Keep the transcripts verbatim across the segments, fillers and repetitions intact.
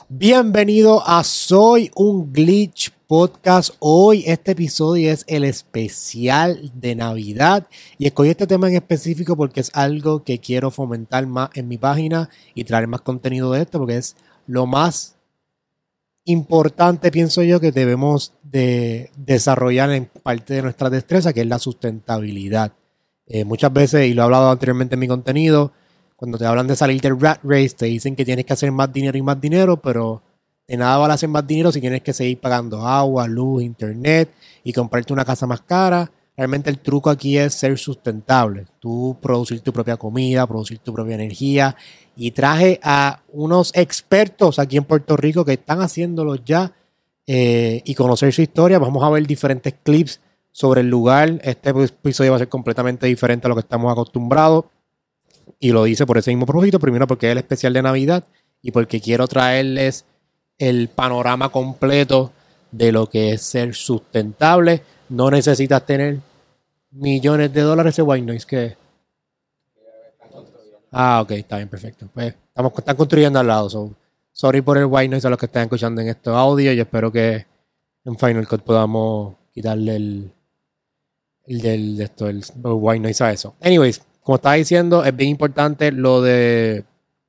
Bienvenido a Soy un Glitch Podcast. Hoy este episodio es el especial de Navidad y escogí este tema en específico porque es algo que quiero fomentar más en mi página y traer más contenido de esto porque es lo más importante, pienso yo, que debemos de desarrollar en parte de nuestra destreza, que es la sustentabilidad. Eh, muchas veces, y lo he hablado anteriormente en mi contenido, cuando te hablan de salir del rat race, te dicen que tienes que hacer más dinero y más dinero, pero de nada vale hacer más dinero si tienes que seguir pagando agua, luz, internet y comprarte una casa más cara. Realmente el truco aquí es ser sustentable. Tú producir tu propia comida, producir tu propia energía. Y traje a unos expertos aquí en Puerto Rico que están haciéndolo ya eh, y conocer su historia. Vamos a ver diferentes clips sobre el lugar. Este episodio va a ser completamente diferente a lo que estamos acostumbrados. Y lo hice por ese mismo propósito. Primero porque es el especial de Navidad y porque quiero traerles el panorama completo de lo que es ser sustentable. No necesitas tener millones de dólares ese white noise que... Ah, ok, está bien, perfecto. Pues estamos, están construyendo al lado. So, sorry por el white noise a los que están escuchando en estos audios. Y espero que en Final Cut podamos quitarle el, el del de esto, el, el white noise a eso. Anyways, como estaba diciendo, es bien importante lo de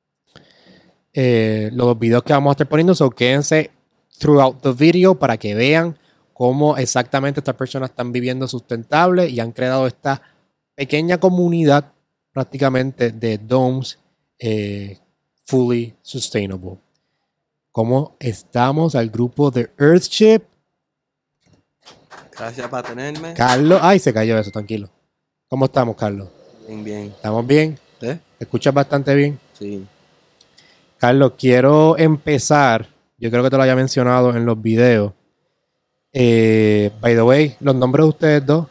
eh, los videos que vamos a estar poniendo. So quédense throughout the video para que vean cómo exactamente estas personas están viviendo sustentable y han creado esta pequeña comunidad prácticamente de domes eh, fully sustainable. ¿Cómo estamos al grupo de Earthship? Gracias por tenerme. Carlos, ay, se cayó eso, tranquilo. ¿Cómo estamos, Carlos? Bien, bien. ¿Estamos bien? ¿Eh? ¿Te escuchas bastante bien? Sí. Carlos, quiero empezar. Yo creo que te lo había mencionado en los videos. Eh, by the way, los nombres de ustedes dos.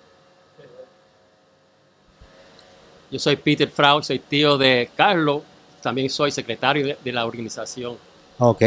Yo soy Peter Frau, soy tío de Carlos, también soy secretario de, de la organización. Ok.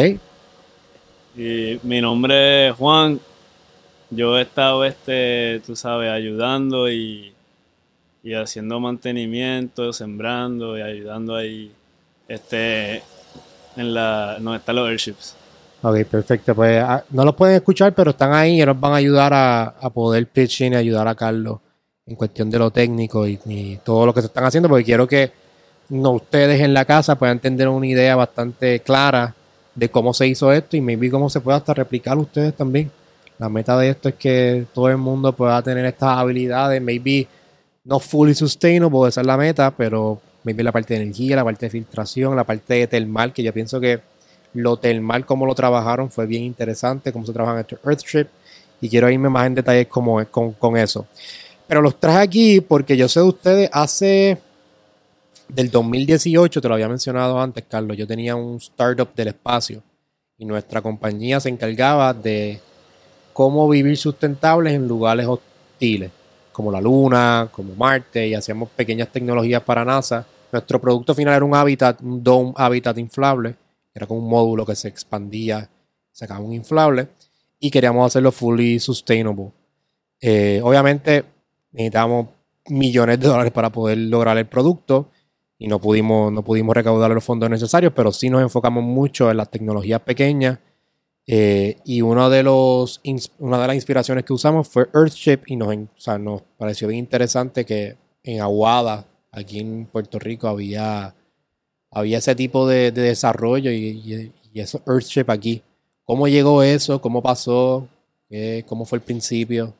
Y mi nombre es Juan. Yo he estado, este, tú sabes, ayudando y, y haciendo mantenimiento, sembrando y ayudando ahí, este, en la, donde están los airships. Ok, perfecto. Pues ah, no los pueden escuchar, pero están ahí y nos van a ayudar a, a poder pitching y ayudar a Carlos en cuestión de lo técnico y, y todo lo que se están haciendo, porque quiero que no, ustedes en la casa puedan tener una idea bastante clara de cómo se hizo esto y maybe cómo se puede hasta replicar ustedes también. La meta de esto es que todo el mundo pueda tener estas habilidades, maybe no fully sustainable, esa es la meta, pero maybe la parte de energía, la parte de filtración, la parte de termal, que yo pienso que lo termal, como lo trabajaron, fue bien interesante, cómo se trabaja en este Earthship, y quiero irme más en detalles como, con, con eso. Pero los traje aquí porque yo sé de ustedes hace del dos mil dieciocho, te lo había mencionado antes, Carlos, yo tenía un startup del espacio y nuestra compañía se encargaba de cómo vivir sustentables en lugares hostiles, como la Luna, como Marte, y hacíamos pequeñas tecnologías para NASA. Nuestro producto final era un hábitat, un dome hábitat inflable, era como un módulo que se expandía, sacaba un inflable, y queríamos hacerlo fully sustainable. Eh, obviamente necesitábamos millones de dólares para poder lograr el producto y no pudimos, no pudimos recaudar los fondos necesarios, pero sí nos enfocamos mucho en las tecnologías pequeñas. Eh, y uno de los, una de las inspiraciones que usamos fue Earthship y nos, o sea, nos pareció bien interesante que en Aguada, aquí en Puerto Rico, había, había ese tipo de, de desarrollo y, y, y eso Earthship aquí. ¿Cómo llegó eso? ¿Cómo pasó? ¿Qué, ¿Cómo fue el principio?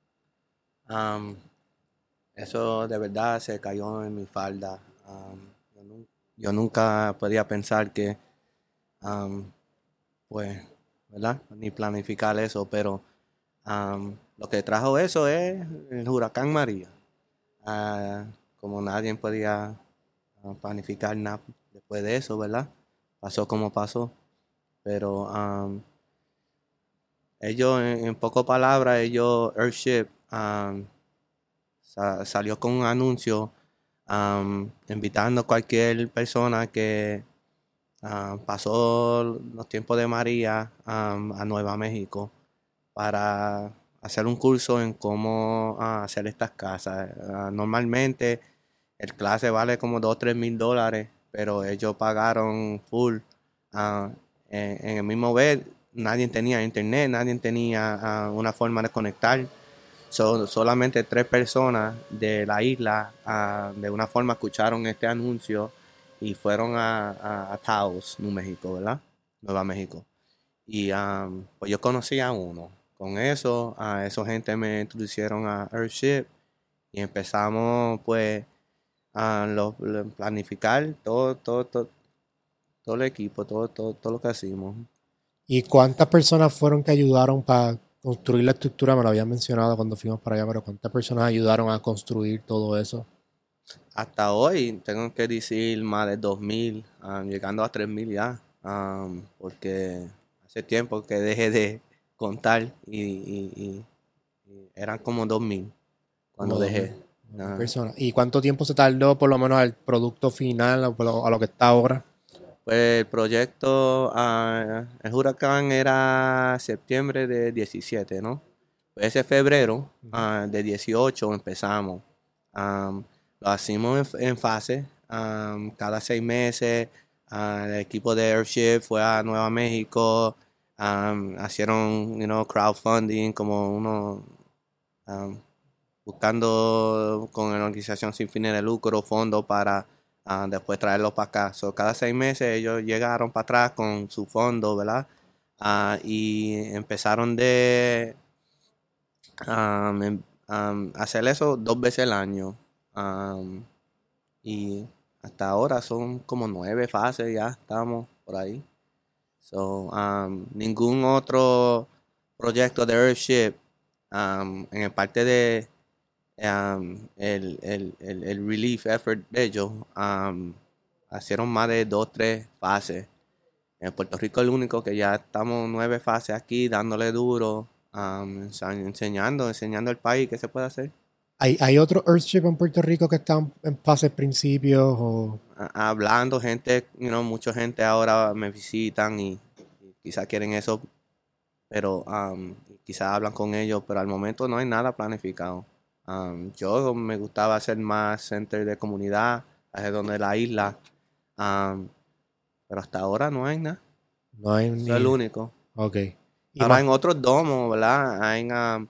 Um, eso de verdad se cayó en mi falda. Um, yo, nu- yo nunca podía pensar que, um, pues, ¿verdad? Ni planificar eso, pero um, lo que trajo eso es el huracán María. Uh, como nadie podía uh, planificar nada después de eso, ¿verdad? Pasó como pasó. Pero um, ellos, en, en pocas palabras, ellos, Earthship, um, sa- salió con un anuncio um, invitando a cualquier persona que uh, pasó los tiempos de María um, a Nueva México para hacer un curso en cómo uh, hacer estas casas. Uh, normalmente el clase vale como dos o tres mil dólares, pero ellos pagaron full uh, en, en el mismo vez nadie tenía internet, nadie tenía uh, una forma de conectar. So, solamente tres personas de la isla uh, de una forma escucharon este anuncio y fueron a, a, a Taos, Nuevo México, ¿verdad? Nueva México. Y um, pues yo conocí a uno. Con eso, a esa gente me introdujeron a Earthship y empezamos pues a lo, lo, planificar todo, todo, todo, todo el equipo, todo, todo, todo lo que hacemos. ¿Y cuántas personas fueron que ayudaron para construir la estructura? Me lo habían mencionado cuando fuimos para allá, pero ¿cuántas personas ayudaron a construir todo eso? Hasta hoy tengo que decir más de dos mil, um, llegando a tres mil ya, um, porque hace tiempo que dejé de contar y, y, y, y eran como dos mil cuando Como dejé. Uh, personas. ¿Y cuánto tiempo se tardó por lo menos al producto final, a lo, a lo que está ahora? Pues el proyecto, uh, el huracán era septiembre de diecisiete, ¿no? Pues ese febrero uh, de dieciocho empezamos. Um, lo hicimos en, en fase, um, cada seis meses. Uh, el equipo de Earthship fue a Nueva México, um, hicieron, you know, crowdfunding, como uno um, buscando con la organización sin fines de lucro fondos para uh, después traerlos para acá. So, cada seis meses ellos llegaron para atrás con su fondo, ¿verdad? Uh, y empezaron de um, um, hacer eso dos veces al año. Um, y hasta ahora son como nueve fases, ya estamos por ahí. So, um, ningún otro proyecto de Earthship um, en el parte de um, el, el, el, el relief effort de ellos um, hicieron más de dos, tres fases. En Puerto Rico es el único que ya estamos nueve fases aquí, dándole duro, um, enseñando, enseñando al país qué se puede hacer. ¿Hay, ¿Hay otro Earthship en Puerto Rico que están en fases principios? O... Hablando, gente, you know, mucha gente ahora me visitan y, y quizás quieren eso, pero um, quizás hablan con ellos, pero al momento no hay nada planificado. Um, yo me gustaba hacer más center de comunidad, alrededor de la isla, um, pero hasta ahora no hay nada. No hay Eso ni... es el único. Ok. Ahora más... en otros domos, ¿verdad? Hay um,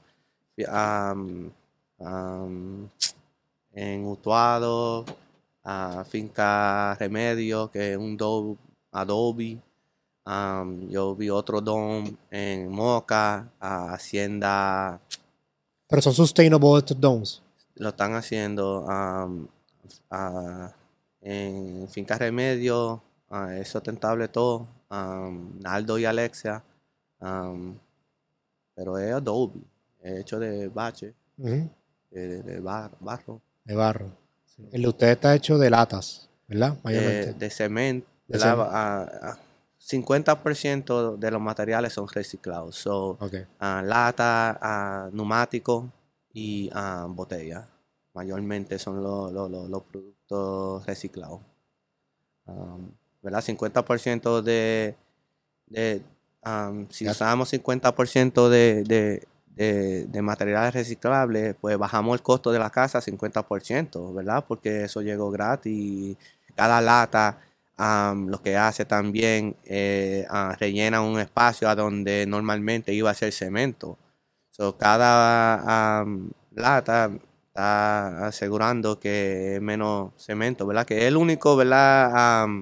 um, um, en Utuado, uh, Finca Remedio, que es un dome Adobe. Um, yo vi otro dome en Moca, uh, Hacienda. Pero son sustainable estos domes. Lo están haciendo um, uh, en Finca Remedio, uh, es sustentable todo. Um, Naldo y Alexia, um, pero es Adobe, es hecho de bache, uh-huh. de, de bar, barro. De barro. Sí. El de ustedes está hecho de latas, ¿verdad? De, de cemento. De cemento. Uh, uh, cincuenta por ciento de los materiales son reciclados. So, okay. uh, lata, uh, neumático y uh, botella. Mayormente son los lo, lo, lo productos reciclados. Um, ¿verdad? cincuenta por ciento de... de um, si yes. usamos cincuenta por ciento de... de De, de materiales reciclables, pues bajamos el costo de la casa cincuenta por ciento, ¿verdad? Porque eso llegó gratis. Cada lata um, lo que hace también eh, uh, rellena un espacio a donde normalmente iba a ser cemento. So, cada um, lata está asegurando que es menos cemento, ¿verdad? Que es el único, ¿verdad? Um,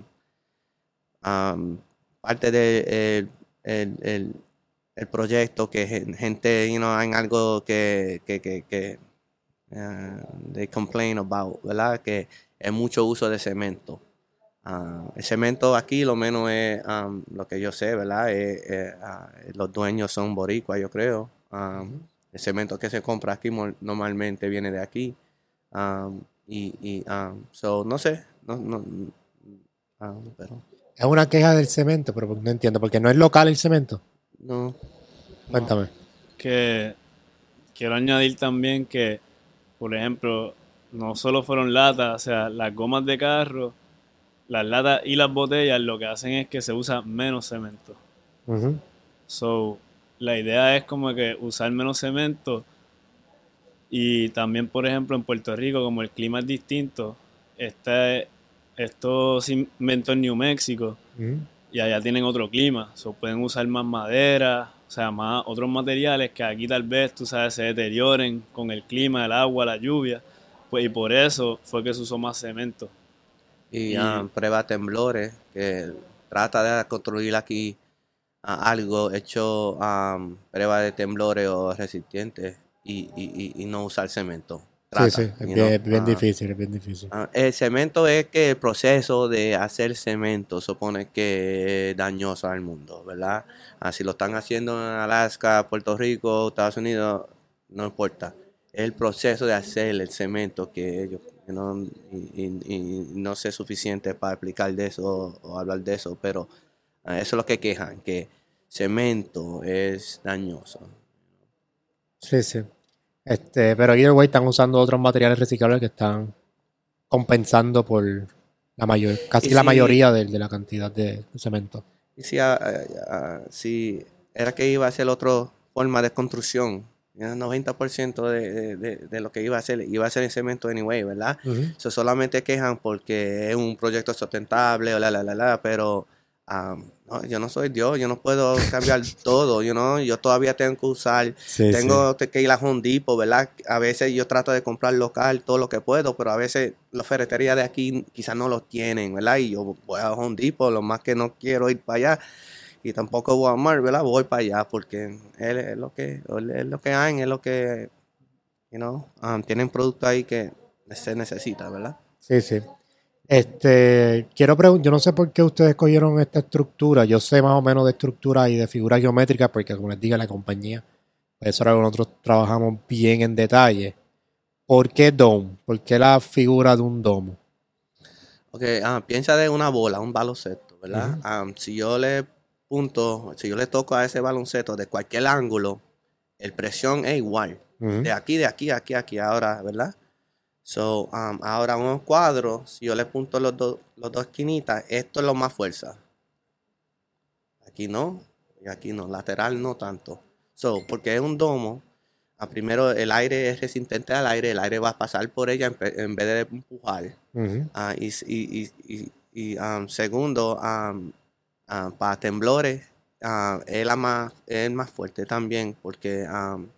um, parte de el, el, el el proyecto que gente, you know, en algo que, que, que, que uh, they complain about, ¿verdad? Que es mucho uso de cemento. Uh, el cemento aquí lo menos es um, lo que yo sé, ¿verdad? Es, es, uh, los dueños son boricuas, yo creo. Um, el cemento que se compra aquí normalmente viene de aquí. Um, y, y um, so, no sé, no, no, um, pero... Es una queja del cemento, pero no entiendo, porque no es local el cemento. No. Cuéntame. No, que quiero añadir también que, por ejemplo, no solo fueron latas, o sea, las gomas de carro, las latas y las botellas lo que hacen es que se usa menos cemento. Uh-huh. So, la idea es como que usar menos cemento y también, por ejemplo, en Puerto Rico, como el clima es distinto, este, esto se inventó en New Mexico. Uh-huh. y allá tienen otro clima, so pueden usar más madera, o sea, más otros materiales que aquí tal vez, tú sabes, se deterioren con el clima, el agua, la lluvia, pues y por eso fue que se usó más cemento. Y, Y- um, prueba temblores, que trata de construir aquí ah, algo hecho um, prueba de temblores o resistentes y, y, y, y no usar cemento. Sí, Trata, sí, es you bien, know, es bien ah, difícil, es bien difícil. ah, el cemento es que el proceso de hacer cemento supone que es dañoso al mundo, ¿verdad? Ah, si lo están haciendo en Alaska, Puerto Rico, Estados Unidos, no importa. Es el proceso de hacer el cemento que ellos, you know, y, y- y no sé suficiente para explicar de eso o hablar de eso, pero ah, eso es lo que quejan, que cemento es dañoso. Sí, sí. Este, pero either way están usando otros materiales reciclables que están compensando por la mayor, casi Y la si, mayoría de, de la cantidad de, de cemento. y si, ah, ah, ah, si era que iba a ser otra forma de construcción, el noventa por ciento de, de, de, de lo que iba a hacer, iba a ser en cemento anyway, ¿verdad? Ujú. So, solamente quejan porque es un proyecto sustentable, o la, la, la, la, pero um, no, yo no soy Dios, yo no puedo cambiar todo, you know? Yo todavía tengo que usar, Sí, tengo te- que ir a Home Depot, ¿verdad? A veces yo trato de comprar local todo lo que puedo, pero a veces las ferreterías de aquí quizás no los tienen, ¿verdad? Y yo voy a Home Depot, lo más que no quiero ir para allá. Y tampoco voy a Walmart, ¿verdad? Voy para allá porque es, es lo que es lo que hay, es lo que, you know, um, tienen productos ahí que se necesita, ¿verdad? sí, sí. Este, quiero preguntar, yo no sé por qué ustedes escogieron esta estructura. Yo sé más o menos de estructura y de figuras geométricas, porque como les digo, la compañía, eso era lo que nosotros trabajamos bien en detalle. ¿Por qué dome? ¿Por qué la figura de un domo? Ok, ah, piensa de una bola, un baloncesto, ¿verdad? Ujú. Um, si yo le punto, si yo le toco a ese baloncesto de cualquier ángulo, el presión es igual. Ujú. De aquí, de aquí, aquí, aquí, ahora, ¿verdad? So, um, ahora unos cuadros, si yo le punto los, dos los dos esquinitas, esto es lo más fuerza. Aquí no, y aquí no, lateral no tanto. So, porque es un domo, a primero el aire es resistente al aire, el aire va a pasar por ella en, pe- en vez de empujar. Ujú. Ah, y y, y, y, y, um, segundo, um, ah, para temblores, ah, es, la más, es más fuerte también, porque um,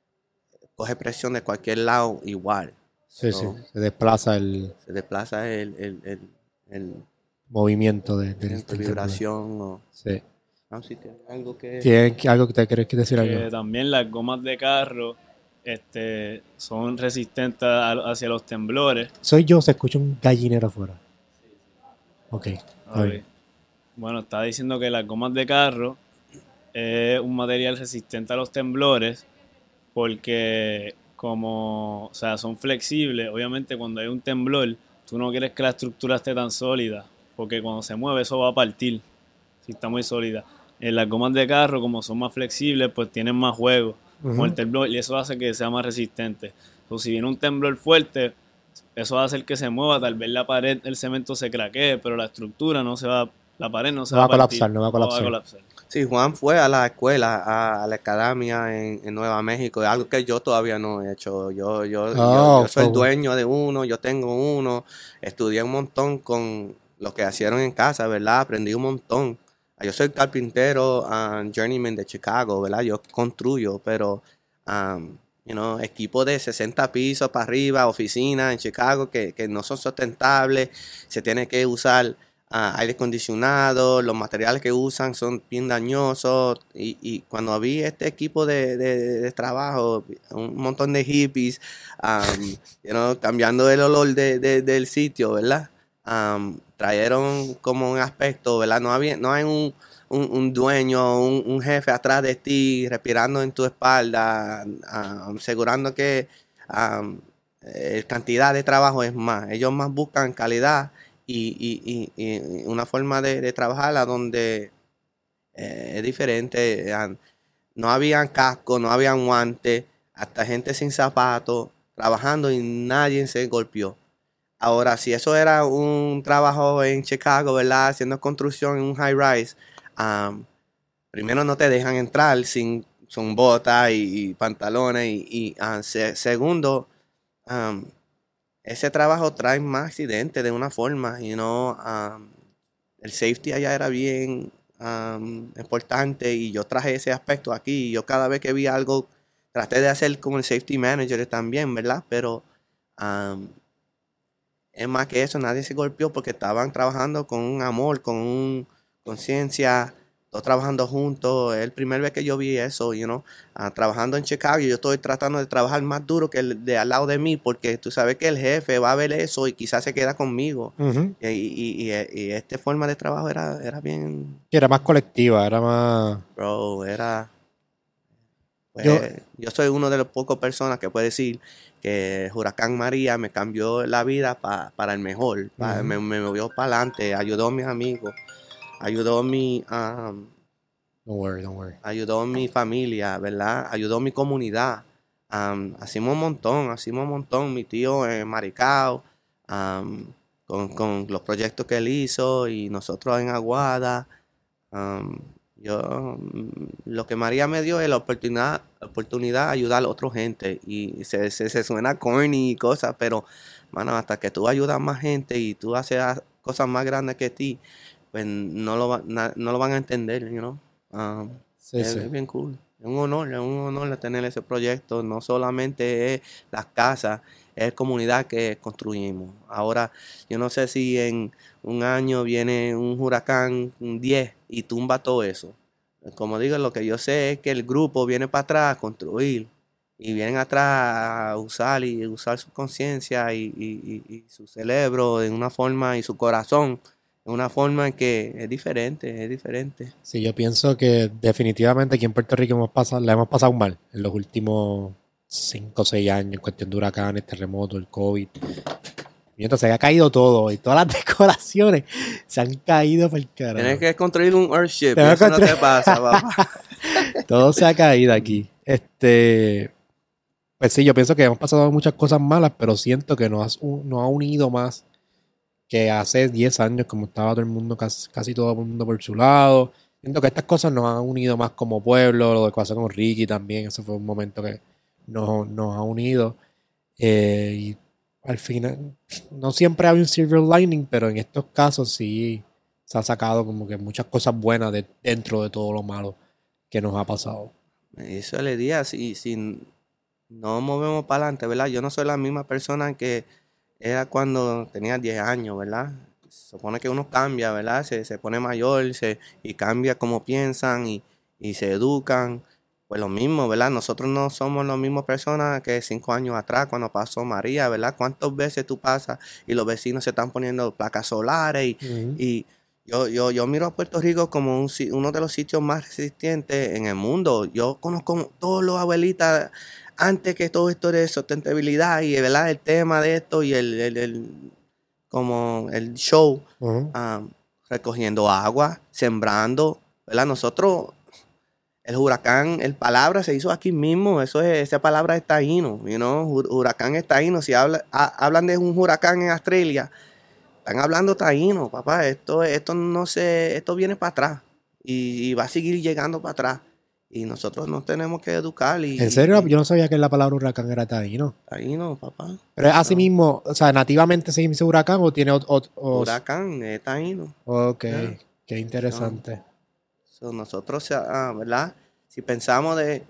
coge presión de cualquier lado igual. Sí, sí, So, se desplaza el se desplaza el, el, el, el, movimiento de, del, el del temblor. vibración. O, Sí. ah, si tiene algo que... ¿Tienen algo que te querés decir que algo? también las gomas de carro este, son resistentes a- hacia los temblores. Soy yo, se escucha un gallinero afuera. Ok, está Ok. bien. Bueno, estaba diciendo que las gomas de carro es un material resistente a los temblores porque como, o sea, son flexibles. Obviamente cuando hay un temblor, tú no quieres que la estructura esté tan sólida, porque cuando se mueve eso va a partir, si está muy sólida. En las gomas de carro, como son más flexibles, pues tienen más juego con Ujú. el temblor y eso hace que sea más resistente. Entonces, si viene un temblor fuerte, eso va a hacer que se mueva, tal vez la pared, el cemento se craquee, pero la estructura no se va, la pared no se No va va a a partir, colapsar, no va a colapsar. colapsar. Sí, Juan fue a la escuela, a, a la academia en, en Nueva México, algo que yo todavía no he hecho. Yo, yo, yo, Oh, yo soy el oh. dueño de uno, yo tengo uno, estudié un montón con lo que hicieron en casa, ¿verdad? Aprendí un montón. Yo soy carpintero, um, journeyman de Chicago, ¿verdad? Yo construyo, pero, um, you know, equipo de sesenta pisos para arriba, oficinas en Chicago que, que no son sustentables, se tiene que usar ah, aire acondicionado, los materiales que usan son bien dañosos y, y cuando vi este equipo de, de- de trabajo, un montón de hippies, um, you know, cambiando el olor de- de- del sitio, ¿verdad? Um, trajeron como un aspecto, ¿verdad? No había, no hay un, un, un dueño, un, un jefe atrás de ti, respirando en tu espalda, um, asegurando que um, eh, cantidad de trabajo es más. Ellos más buscan calidad y, y- y- y una forma de, de trabajarla donde eh, es diferente. ah, No habían casco, no habían guantes, hasta gente sin zapatos trabajando y nadie se golpeó. Ahora, si eso era un trabajo en Chicago, ¿verdad? Haciendo construcción en un high rise, um, primero no te dejan entrar sin, sin botas y, y pantalones y, y, ah, se- segundo, um, ese trabajo trae más accidentes de una forma y no el safety allá era bien um, importante y yo traje ese aspecto aquí. Yo cada vez que vi algo, traté de hacer como el safety manager también, ¿verdad? Pero um, es más que eso, nadie se golpeó porque estaban trabajando con un amor, con un conciencia, todos trabajando juntos. Es el primer vez que yo vi eso, you know, uh, trabajando en Chicago. Yo estoy tratando de trabajar más duro que el de al lado de mí porque tú sabes que el jefe va a ver eso y quizás se queda conmigo. Uh-huh. y, y, y, y esta forma de trabajo era, era bien... Era más colectiva, era más... Bro, era... Pues, yo, yo soy uno de los pocos personas que puede decir que el huracán María me cambió la vida pa, para el mejor, pa, uh-huh. me, me movió para adelante, ayudó a mis amigos, ayudó a mi, um, don't worry, don't worry. ayudó a mi familia, ¿verdad? Ayudó a mi comunidad. Um, hacimos un montón, hacimos un montón. Mi tío en Maricao, um, con, con los proyectos que él hizo y nosotros en Aguada. Um, Yo, lo que María me dio es la oportunidad, oportunidad de ayudar a otra gente. Y se, se, se suena corny y cosas, pero, mano, hasta que tú ayudas a más gente y tú haces cosas más grandes que ti, pues no lo, na, no lo van a entender, you know? Um, sí, es, sí. es bien cool. Es un honor, es un honor tener ese proyecto. No solamente es las casas, es comunidad que construimos. Ahora, yo no sé si en un año viene un huracán un diez y tumba todo eso. Como digo, lo que yo sé es que el grupo viene para atrás a construir y vienen atrás a usar y usar su conciencia y, y, y, y su cerebro de una forma y su corazón de una forma que es diferente, es diferente. Sí, yo pienso que definitivamente aquí en Puerto Rico hemos pasado, la hemos pasado mal en los últimos cinco o seis años en cuestión de huracanes, terremotos, el COVID. Y entonces se ha caído todo y todas las decoraciones se han caído por el carajo. Tienes que construir un Earthship, eso construir... no te pasa, papá. Todo se ha caído aquí. Este, pues sí, yo pienso que hemos pasado muchas cosas malas, pero siento que nos, nos ha unido más que hace diez años, como estaba todo el mundo, casi, casi todo el mundo por su lado. Siento que estas cosas nos han unido más como pueblo, lo que pasó con Ricky también, eso fue un momento que nos, nos ha unido. Eh, y al final, no siempre hay un silver lining, pero en estos casos sí se ha sacado como que muchas cosas buenas de, dentro de todo lo malo que nos ha pasado. Eso le diría, si, si no movemos para adelante, ¿verdad? Yo no soy la misma persona que era cuando tenía diez años, ¿verdad? Se supone que uno cambia, ¿verdad? Se, se pone mayor se, y cambia cómo piensan y, y se educan. Pues lo mismo, ¿verdad? Nosotros no somos las mismas personas que cinco años atrás cuando pasó María, ¿verdad? ¿Cuántas veces tú pasas y los vecinos se están poniendo placas solares? Y, uh-huh. y yo, yo, yo miro a Puerto Rico como un, uno de los sitios más resistentes en el mundo. Yo conozco todos los abuelitas antes que todo esto de sustentabilidad y, ¿verdad? El tema de esto y el, el, el como el show, uh-huh. um, recogiendo agua, sembrando, ¿verdad? Nosotros... El huracán, el palabra se hizo aquí mismo, eso es, esa palabra es taíno, you know? Huracán es taíno, si habla, ha, hablan de un huracán en Australia, están hablando taíno, papá, esto, esto no se, esto viene para atrás y, y va a seguir llegando para atrás y nosotros nos tenemos que educar. Y, ¿En serio? Y, Yo no sabía que la palabra huracán era taíno. Taíno, papá. Pero es así no. mismo, o sea, nativamente se dice huracán o tiene otro... Huracán es taíno. Ok, yeah. Qué interesante. No. So, nosotros, uh, ¿verdad? Si pensamos de,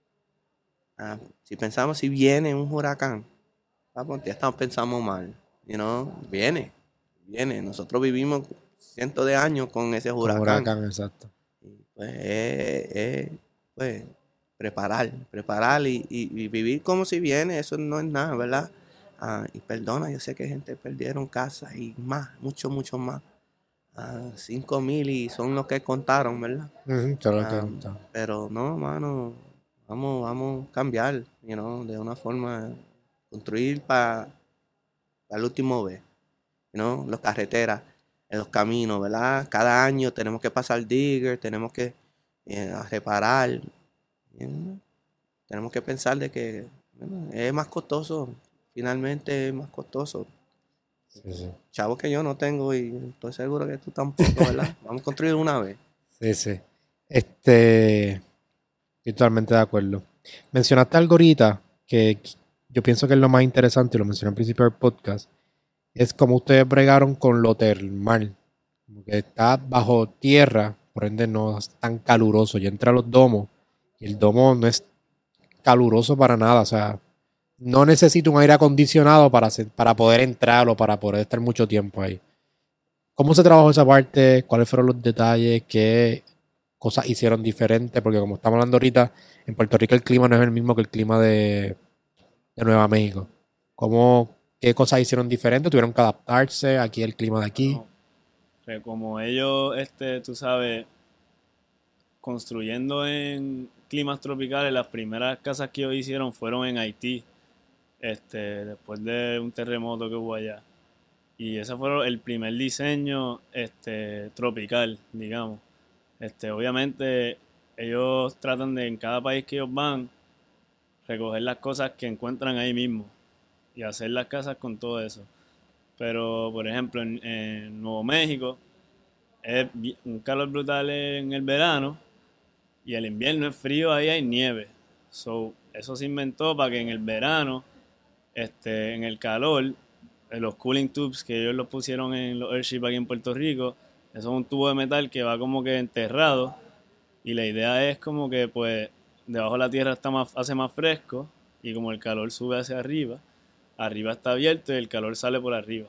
uh, si pensamos si viene un huracán, vamos, ya estamos pensando mal, you know? Viene, viene. Nosotros vivimos cientos de años con ese huracán. Con huracán, exacto. Y pues, eh, eh, pues, preparar, preparar y, y, y vivir como si viene, eso no es nada, ¿verdad? Uh, y perdona, yo sé que gente perdieron casa y más, mucho, mucho más. Uh, cinco mil y son los que contaron, ¿verdad? Uh-huh, um, pero no, mano, vamos, vamos a cambiar, you know, de una forma, construir para pa el último vez, you know, las carreteras, en los caminos, ¿verdad? Cada año tenemos que pasar digger, tenemos que eh, reparar, you know? Tenemos que pensar de que bueno, es más costoso, finalmente es más costoso. Sí, sí. Chavos que yo no tengo y estoy seguro que tú tampoco, ¿verdad? Vamos a construir una vez. Sí, sí. Este, estoy totalmente de acuerdo. Mencionaste algo ahorita que yo pienso que es lo más interesante, y lo mencioné al principio del podcast, es cómo ustedes bregaron con lo termal. Porque está bajo tierra, por ende no es tan caluroso. Yo entré a los domos y el domo no es caluroso para nada. O sea, no necesito un aire acondicionado para, hacer- para poder entrar o para poder estar mucho tiempo ahí. ¿Cómo se trabajó esa parte? ¿Cuáles fueron los detalles? ¿Qué cosas hicieron diferentes? Porque como estamos hablando ahorita, en Puerto Rico el clima no es el mismo que el clima de, de Nueva México. ¿Cómo, qué cosas hicieron diferentes? ¿Tuvieron que adaptarse aquí al clima de aquí? No, que como ellos, este, tú sabes, construyendo en climas tropicales, las primeras casas que ellos hicieron fueron en Haití, este, después de un terremoto que hubo allá. Y ese fue el primer diseño, este, tropical, digamos. Este, obviamente, ellos tratan de, en cada país que ellos van, recoger las cosas que encuentran ahí mismo y hacer las casas con todo eso. Pero, por ejemplo, en, en Nuevo México es bi- un calor brutal en el verano y el invierno es frío, ahí hay nieve. So, eso se inventó para que en el verano, este, en el calor, eh, los cooling tubes que ellos los pusieron en los Airship aquí en Puerto Rico, eso es un tubo de metal que va como que enterrado y la idea es como que pues debajo de la tierra está más, hace más fresco y como el calor sube hacia arriba, arriba está abierto y el calor sale por arriba.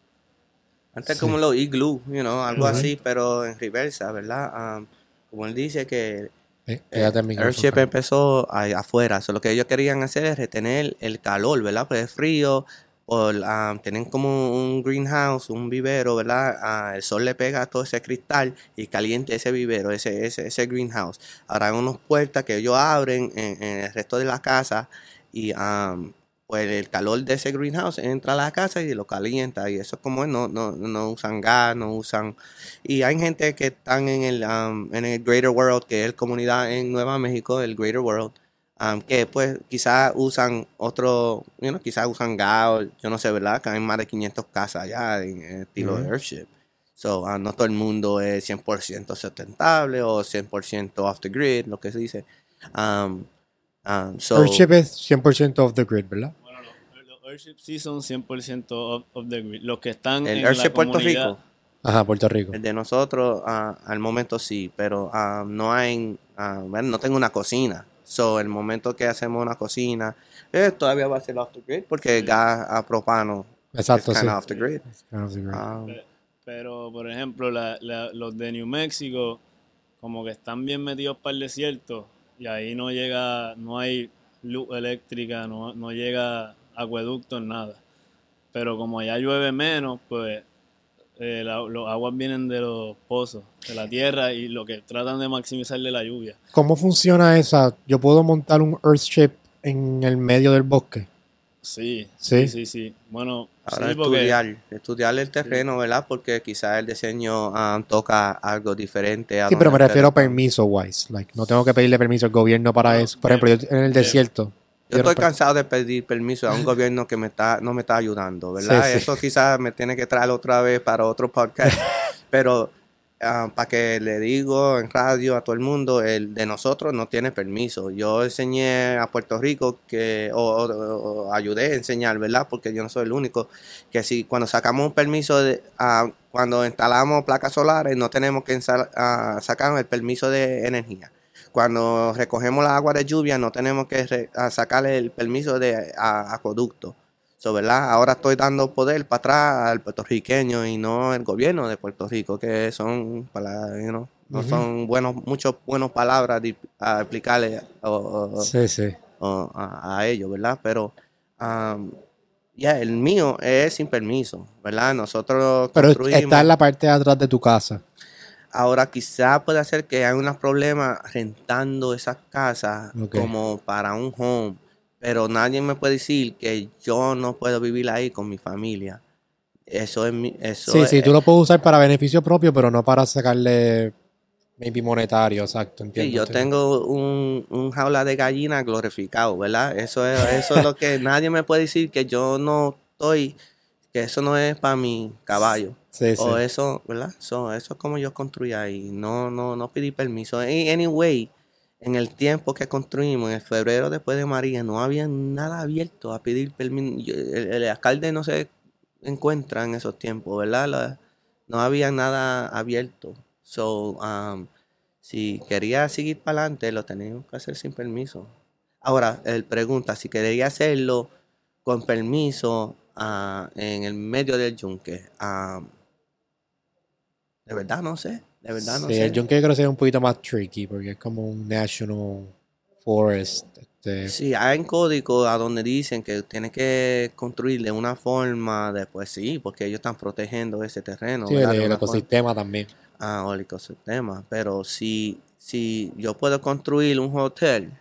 Antes Sí. como los iglú, you know, algo Ujú. así, pero en reversa, ¿verdad? Um, como él dice que Eh, eh, quédate el micrófono. Earthship empezó ahí afuera. So, lo que ellos querían hacer es retener el calor, ¿verdad? Pues es frío, o um, tienen como un greenhouse, un vivero, ¿verdad? Ah, el sol le pega a todo ese cristal y caliente ese vivero, ese, ese, ese greenhouse. Ahora hay unas puertas que ellos abren en, en el resto de la casa y um, pues el calor de ese greenhouse entra a la casa y lo calienta. Y eso es como es, no, no, no usan gas, no usan. Y hay gente que están en el, um, en el Greater World, que es comunidad en Nueva México, el Greater World, um, que pues quizás usan otro, you know, quizás usan gas, o yo no sé, ¿verdad? Que hay más de quinientas casas allá en, en estilo Ujú. de Earthship. So, uh, no todo el mundo es cien por ciento sustentable o cien por ciento off the grid, lo que se dice. Um, um, so, Earthship es cien por ciento off the grid, ¿verdad? Bueno, los, los Earthship sí son cien por ciento of, of the grid. Los que están el en la Earthship Puerto comunidad, Rico. Ajá, Puerto Rico. El de nosotros, ah, al momento sí, pero ah, no hay, ah, bueno, no tengo una cocina. So, el momento que hacemos una cocina, eh, todavía va a ser off the grid porque el gas a propano Exacto, es sí. kind of off the grid. It's kind of off the grid. Ah, Pe- pero por ejemplo, la- la- los de New Mexico, como que están bien metidos para el desierto y ahí no llega, no hay luz eléctrica, no, no llega acueducto, nada. Pero como allá llueve menos, pues eh, la- los aguas vienen de los pozos, de la tierra y lo que tratan de maximizar de la lluvia. ¿Cómo funciona esa? ¿Yo puedo montar un Earthship en el medio del bosque? Sí, ¿Sí? sí, sí, sí. Bueno, ahora sí, porque estudiar, estudiar el terreno, ¿verdad? Porque quizás el diseño ah, toca algo diferente. A Sí, pero me donde refiero a ustedes están. permiso wise. Like, no tengo que pedirle permiso al gobierno para No, eso. Por ejemplo, yo en el bien. desierto. Yo estoy quiero- cansado de pedir permiso a un gobierno que me está, no me está ayudando, ¿verdad? Sí, sí. Eso quizás me tiene que traer otra vez para otro podcast. Pero ah, para que le digo en radio a todo el mundo, el de nosotros no tiene permiso. Yo enseñé a Puerto Rico que, o, o- o ayudé a enseñar, ¿verdad? Porque yo no soy el único, que si cuando sacamos un permiso, de, ah, cuando instalamos placas solares, no tenemos que ensal- ah, sacar el permiso de energía. Cuando recogemos la agua de lluvia, no tenemos que re- a sacarle el permiso de a- acueducto. So, ¿verdad? Ahora estoy dando poder para atrás al puertorriqueño y no el gobierno de Puerto Rico, que son, para, you know, no Ujú. son buenos, muchas buenas palabras de, a explicarle o, o- o- Sí, sí. o a, a ellos, ¿verdad? Pero, um, ya, el mío es sin permiso, ¿verdad? Nosotros Pero construimos. está en la parte de atrás de tu casa. Ahora quizá puede ser que hay unos problemas rentando esas casas Ok. como para un home, pero nadie me puede decir que yo no puedo vivir ahí con mi familia. Eso es mi, eso Sí, es, sí, tú lo puedes usar para beneficio propio, pero no para sacarle maybe monetario, exacto, entiendo. sí, yo entiendo. tengo un, un jaula de gallina glorificado, ¿verdad? Eso es, eso es lo que nadie me puede decir que yo no estoy, que eso no es para mi caballo. Sí, sí. O eso, ¿verdad? So, eso es como yo construí ahí. No, no, no pedí permiso. Y anyway, en el tiempo que construimos, en el febrero después de María, no había nada abierto a pedir permiso. El, el alcalde no se encuentra en esos tiempos, ¿verdad? La- no había nada abierto. So, um, si quería seguir para adelante, lo teníamos que hacer sin permiso. Ahora, él pregunta si quería hacerlo con permiso uh, en el medio del yunque. Um, de verdad no sé, de verdad no sí, sé. el yunque creo que sería un poquito más tricky porque es como un national forest. Este, Sí, hay un código a donde dicen que tienes que construir de una forma, después sí, porque ellos están protegiendo ese terreno, sí, ¿verdad? el, De el una forma, ecosistema también. ah, o el ecosistema. Pero si, si yo puedo construir un hotel,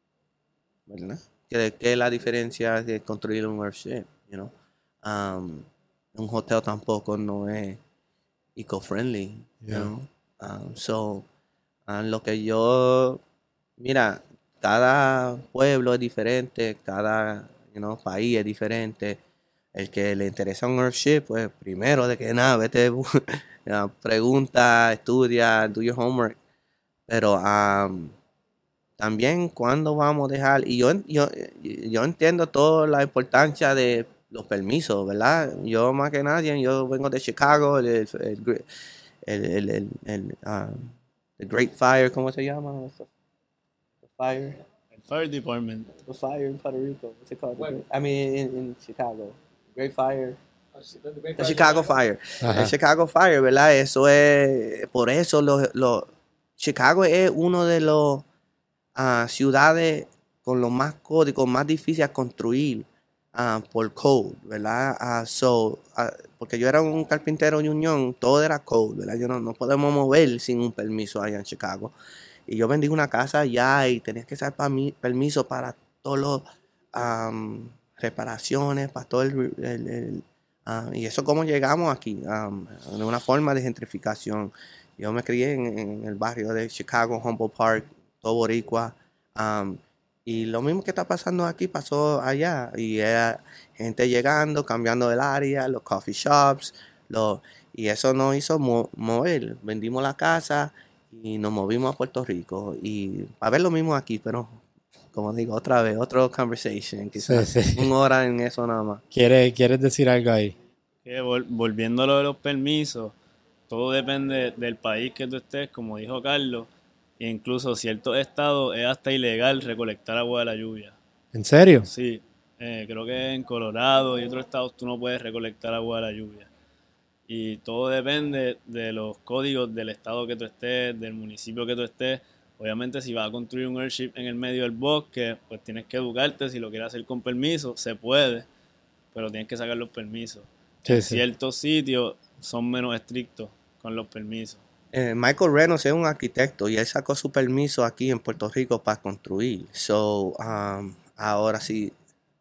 ¿verdad? ¿Qué, qué es la diferencia de construir un airship? You know? Um, un hotel tampoco no es eco-friendly, you Yeah. know? Um, so, ah, lo que yo, mira, cada pueblo es diferente, cada you know, país es diferente. El que le interesa un airship, pues primero de que nada, vete, ya, pregunta, estudia, do your homework. Pero um, también cuando vamos a dejar, y yo, yo, yo entiendo toda la importancia de los permisos, ¿verdad? Yo más que nadie, yo vengo de Chicago, el, el, el, el, el, el, el, um, the Great Fire, ¿cómo se llama? The fire. El Fire Department. The fire in Puerto Rico. What's it called? Well, I mean, in, in Chicago. Great Fire. The Chicago Fire. Ajá. El Chicago Fire, ¿verdad? Eso es, por eso lo, lo, Chicago es uno de los uh, ciudades con los más códigos, más difíciles a construir uh, por code, ¿verdad? Uh, so, uh, porque yo era un carpintero de unión, todo era code, ¿verdad? Yo no, no podemos mover sin un permiso allá en Chicago. Y yo vendí una casa allá y tenías que sacar pa mí, permiso para todas las um, reparaciones, para todo el... el, el uh, y eso como llegamos aquí, um, de una forma de gentrificación. Yo me crié en, en el barrio de Chicago, Humboldt Park, todo boricua. Um, y lo mismo que está pasando aquí pasó allá. Y era gente llegando, cambiando el área, los coffee shops. Los, y eso nos hizo mo mover. Vendimos la casa y nos movimos a Puerto Rico. Y a ver lo mismo aquí, pero como digo, otra vez, otro conversation. Quizás Sí, sí. una hora en eso nada más. ¿Quieres, ¿Quieres decir algo ahí? Que vol volviendo a lo de los permisos, todo depende del país que tú estés, como dijo Carlos. E incluso ciertos estados es hasta ilegal recolectar agua de la lluvia. ¿En serio? Sí, eh, creo que en Colorado y otros estados tú no puedes recolectar agua de la lluvia. Y todo depende de los códigos del estado que tú estés, del municipio que tú estés. Obviamente si vas a construir un airship en el medio del bosque, pues tienes que educarte. Si lo quieres hacer con permiso, se puede, pero tienes que sacar los permisos. Sí, En sí. ciertos sitios son menos estrictos con los permisos. Eh, Michael Reynolds es un arquitecto y él sacó su permiso aquí en Puerto Rico para construir. So, um, ahora sí,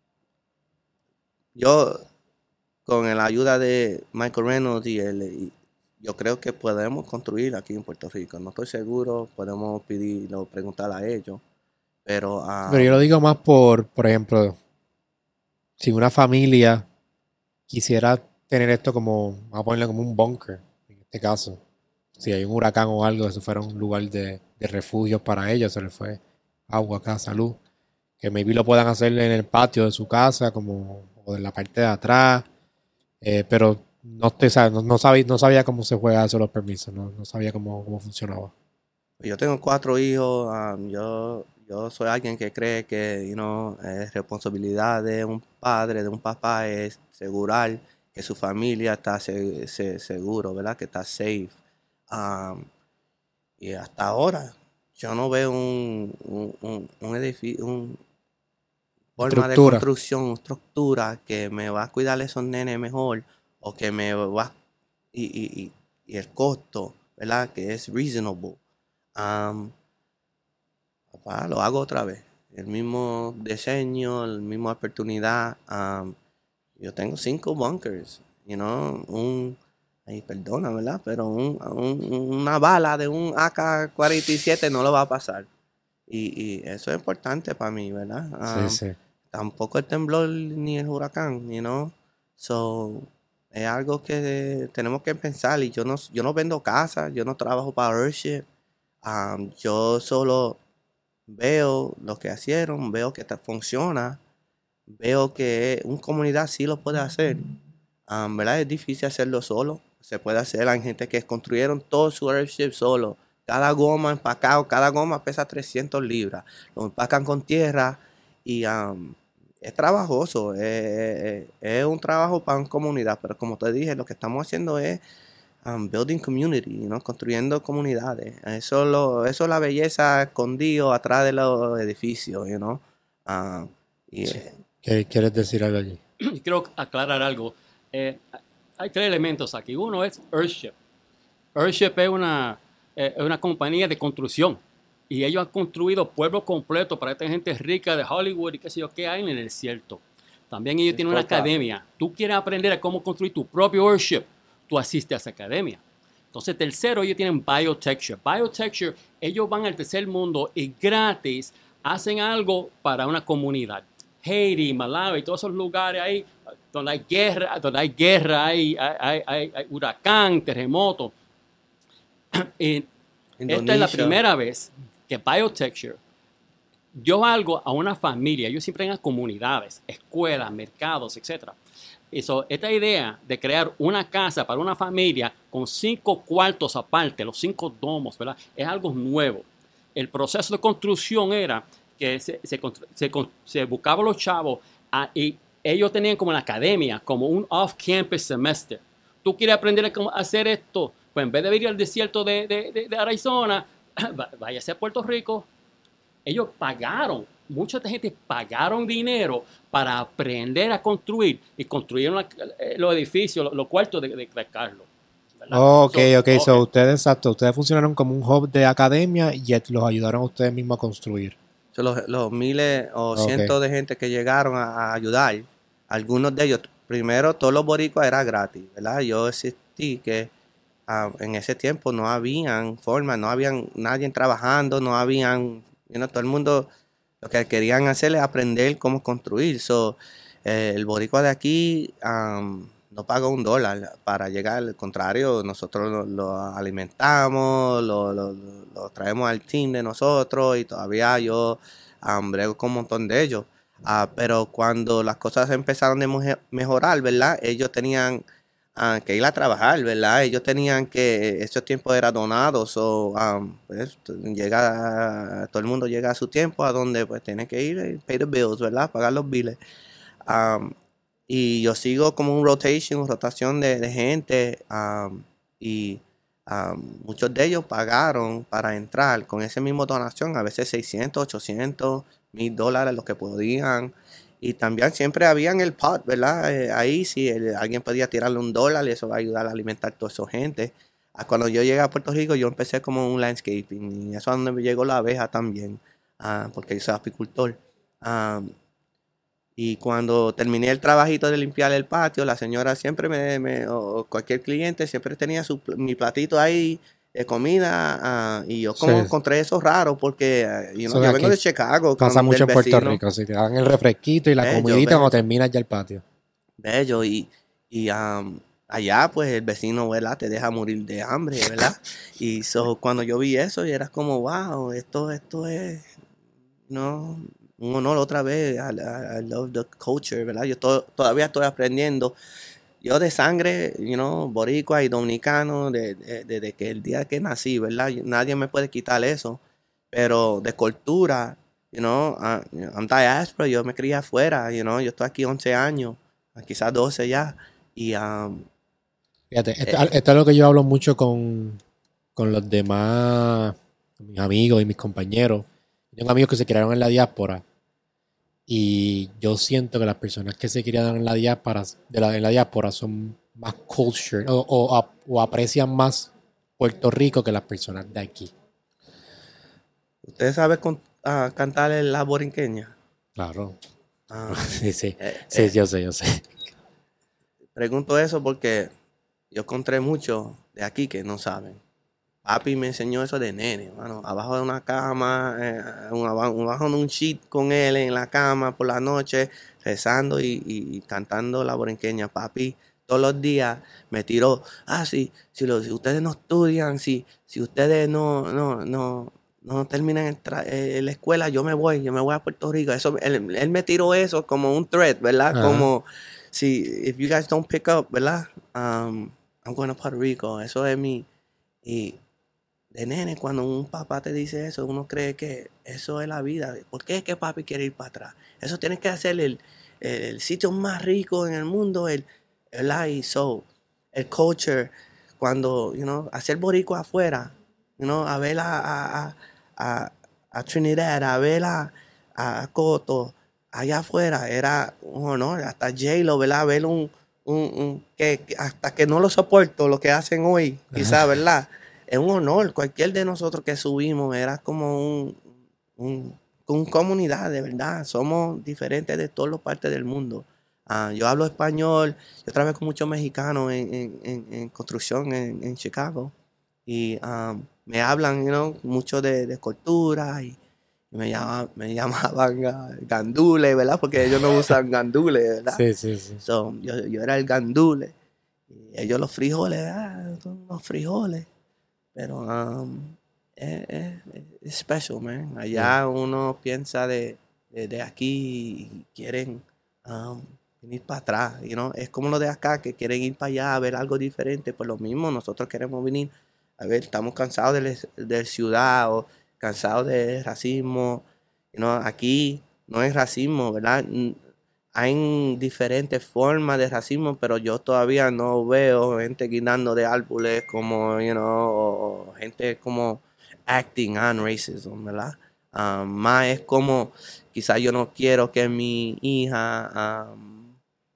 yo con la ayuda de Michael Reynolds y él, y yo creo que podemos construir aquí en Puerto Rico. No estoy seguro, podemos pedirlo, preguntar a ellos. Pero, um, Pero yo lo digo más por, por ejemplo, si una familia quisiera tener esto como, vamos a ponerle como un bunker, en este caso. Si hay un huracán o algo, eso fuera un lugar de, de refugio para ellos, se les fue agua, casa, luz. Que maybe lo puedan hacer en el patio de su casa, como, o en la parte de atrás. Eh, pero no, estoy, no, no, sabía, no sabía cómo se juega eso los permisos, no, no sabía cómo, cómo funcionaba. yo tengo cuatro hijos, um, yo, yo soy alguien que cree que you know, es responsabilidad de un padre, de un papá, es asegurar que su familia está se, se, seguro, ¿verdad? Que está safe. Um, y hasta ahora yo no veo un, un, un, un edificio, un forma de Estructura. construcción, estructura que me va a cuidar a esos nenes mejor o que me va y, y, y, y el costo, ¿verdad? Que es reasonable. Um, papá, lo hago otra vez. El mismo diseño, la misma oportunidad. Um, yo tengo cinco bunkers, you know, un Ay, perdona, ¿verdad? Pero un, un, una bala de un A K cuarenta y siete no lo va a pasar. Y, y eso es importante para mí, ¿verdad? Um, Sí, sí. Tampoco el temblor ni el huracán, you know? So, es algo que tenemos que pensar. Y yo no, yo no vendo casa, yo no trabajo para Earthship. Um, yo solo veo lo que hicieron, veo que funciona, veo que una comunidad sí lo puede hacer. Um, ¿verdad? Es difícil hacerlo solo. se puede hacer. Hay gente que construyeron todo su airship solo. Cada goma empacado, cada goma pesa trescientas libras. Lo empacan con tierra y um, es trabajoso. Es, es, es un trabajo para una comunidad. Pero como te dije, lo que estamos haciendo es um, building community, ¿no? Construyendo comunidades. Eso, lo, eso es la belleza escondido atrás de los edificios, you know? Uh, y, sí. ¿Qué quieres decir algo allí? Quiero aclarar algo. Eh, hay tres elementos aquí. Uno es Earthship. Earthship es una... es una compañía de construcción y ellos han construido pueblos completos para esta gente rica de Hollywood y qué sé yo qué hay en el desierto. También ellos tienen una academia. Tú quieres aprender a cómo construir tu propio airship, tú asistes a esa academia. Entonces, tercero, ellos tienen Biotecture. Biotecture, ellos van al tercer mundo y gratis hacen algo para una comunidad. Haití, Malawi, todos esos lugares ahí donde hay guerra, donde hay guerra, hay, hay, hay, hay huracán, terremoto. Y esta es la primera vez que Biotecture dio algo a una familia. Ellos siempre en comunidades, escuelas, mercados, etcétera. Eso, esta idea de crear una casa para una familia con cinco cuartos aparte, los cinco domos, ¿verdad? Es algo nuevo. El proceso de construcción era que se, se, se, se buscaban los chavos a, y ellos tenían como la academia, como un off-campus semester. Tú quieres aprender a hacer esto, pues en vez de ir al desierto de, de, de, de Arizona, váyase a Puerto Rico. Ellos pagaron, mucha gente pagaron dinero para aprender a construir y construyeron la, los edificios, los, los cuartos de, de, de Carlos. Oh, ok, so, ok, okay. So ustedes, exacto, ustedes funcionaron como un hub de academia y los ayudaron a ustedes mismos a construir. So, los, los miles o okay. cientos de gente que llegaron a, a ayudar, algunos de ellos, primero todos los boricuas era gratis, ¿verdad? Yo existí que uh, en ese tiempo no habían formas, no habían nadie trabajando, no habían, you know, todo el mundo lo que querían hacer es aprender cómo construir. So, eh, el boricua de aquí um, no paga un dólar para llegar, al contrario, nosotros lo, lo alimentamos, lo, lo, lo traemos al team de nosotros y todavía yo um, brego con un montón de ellos. Uh, pero cuando las cosas empezaron a mejorar, ¿verdad? Ellos tenían uh, que ir a trabajar, ¿verdad? Ellos tenían que, esos tiempos eran donados, o so, um, pues, llega, todo el mundo llega a su tiempo a donde pues tiene que ir, pay the bills, ¿verdad? Pagar los biles. Um, y yo sigo como un rotation, rotación de, de gente um, y um, muchos de ellos pagaron para entrar con esa misma donación, a veces seiscientos, ochocientos, mil dólares, lo que podían. Y también siempre había en el pot, ¿verdad? Eh, ahí si el, alguien podía tirarle un dólar y eso va a ayudar a alimentar a toda esa gente. Ah, cuando yo llegué a Puerto Rico, yo empecé como un landscaping y eso es donde me llegó la abeja también, ah, porque yo soy apicultor. Um, y cuando terminé el trabajito de limpiar el patio, la señora siempre me, me o cualquier cliente siempre tenía su, mi platito ahí de comida, uh, y yo como sí. encontré eso raro porque uh, you know, yo vengo de Chicago. Pasa mucho en Puerto Rico, si te dan el refresquito y la bello, comidita bello. Cuando terminas ya el patio. Bello, y, y um, allá pues el vecino, ¿verdad? Te deja morir de hambre, ¿verdad? Y so, cuando yo vi eso, y era como, wow, esto, esto es, no, un honor otra vez. I, I, I love the culture, ¿verdad? Yo to, todavía estoy aprendiendo. Yo de sangre, you know, boricua y dominicano, desde de, de que el día que nací, ¿verdad? Nadie me puede quitar eso. Pero de cultura, you know, uh, I'm diaspora, yo me crié afuera, you know, yo estoy aquí once años, quizás doce ya. Y, um, fíjate, esto, eh, esto es lo que yo hablo mucho con, con los demás, mis amigos y mis compañeros. Tengo amigos que se criaron en la diáspora. Y yo siento que las personas que se criaron en la diáspora, de la, en la diáspora son más culture o, o, o aprecian más Puerto Rico que las personas de aquí. ¿Usted sabe con, uh, cantar la borinqueña? Claro. Ah, sí, sí. Eh, sí, eh, yo sé, yo sé. Pregunto eso porque yo encontré muchos de aquí que no saben. Papi me enseñó eso de nene, mano. Abajo de una cama, eh, un, abajo de un sheet con él en la cama por la noche, rezando y, y, y cantando la borinqueña. Papi todos los días me tiró, ah, sí, si, lo, si ustedes no estudian, si, si ustedes no, no, no, no terminan en, tra- en la escuela, yo me voy, yo me voy a Puerto Rico. Eso, él, él me tiró eso como un threat, ¿verdad? Uh-huh. Como, si, if you guys don't pick up, ¿verdad? Um, I'm going to Puerto Rico. Eso es mi... Y de nene, cuando un papá te dice eso, uno cree que eso es la vida. ¿Por qué es que papi quiere ir para atrás? Eso tiene que hacer el, el, el sitio más rico en el mundo, el, el I, so, el culture, cuando, you know, hacer boricua afuera, you know, a ver a, a, a, a Trinidad, a ver a, a Coto, allá afuera, era un honor, hasta J-Lo, ¿verdad? Ver un, un, un que, que hasta que no lo soporto, lo que hacen hoy, quizás, ¿verdad? Es un honor. Cualquier de nosotros que subimos era como un, un, un comunidad, de verdad. Somos diferentes de todas las partes del mundo. Uh, yo hablo español. Yo trabajé con muchos mexicanos en, en, en, en construcción en, en Chicago. Y um, me hablan, you know, mucho de, de cultura. Y, y me, llama, me llamaban gandule, ¿verdad? Porque ellos no usan gandule, ¿verdad? Sí, sí, sí. So, yo, yo era el gandule. Y ellos los frijoles, ah, los frijoles. Pero um, es, es, es special, man. Allá yeah. uno piensa de, de, de aquí y quieren um, venir para atrás. You know? Es como lo de acá, que quieren ir para allá a ver algo diferente. Pues lo mismo, nosotros queremos venir a ver, estamos cansados de la ciudad o cansados de racismo. You know? Aquí no es racismo, ¿verdad? Hay diferentes formas de racismo, pero yo todavía no veo gente guindando de árboles como, you know, o gente como acting on racism, ¿verdad? Um, más es como, quizás yo no quiero que mi hija um,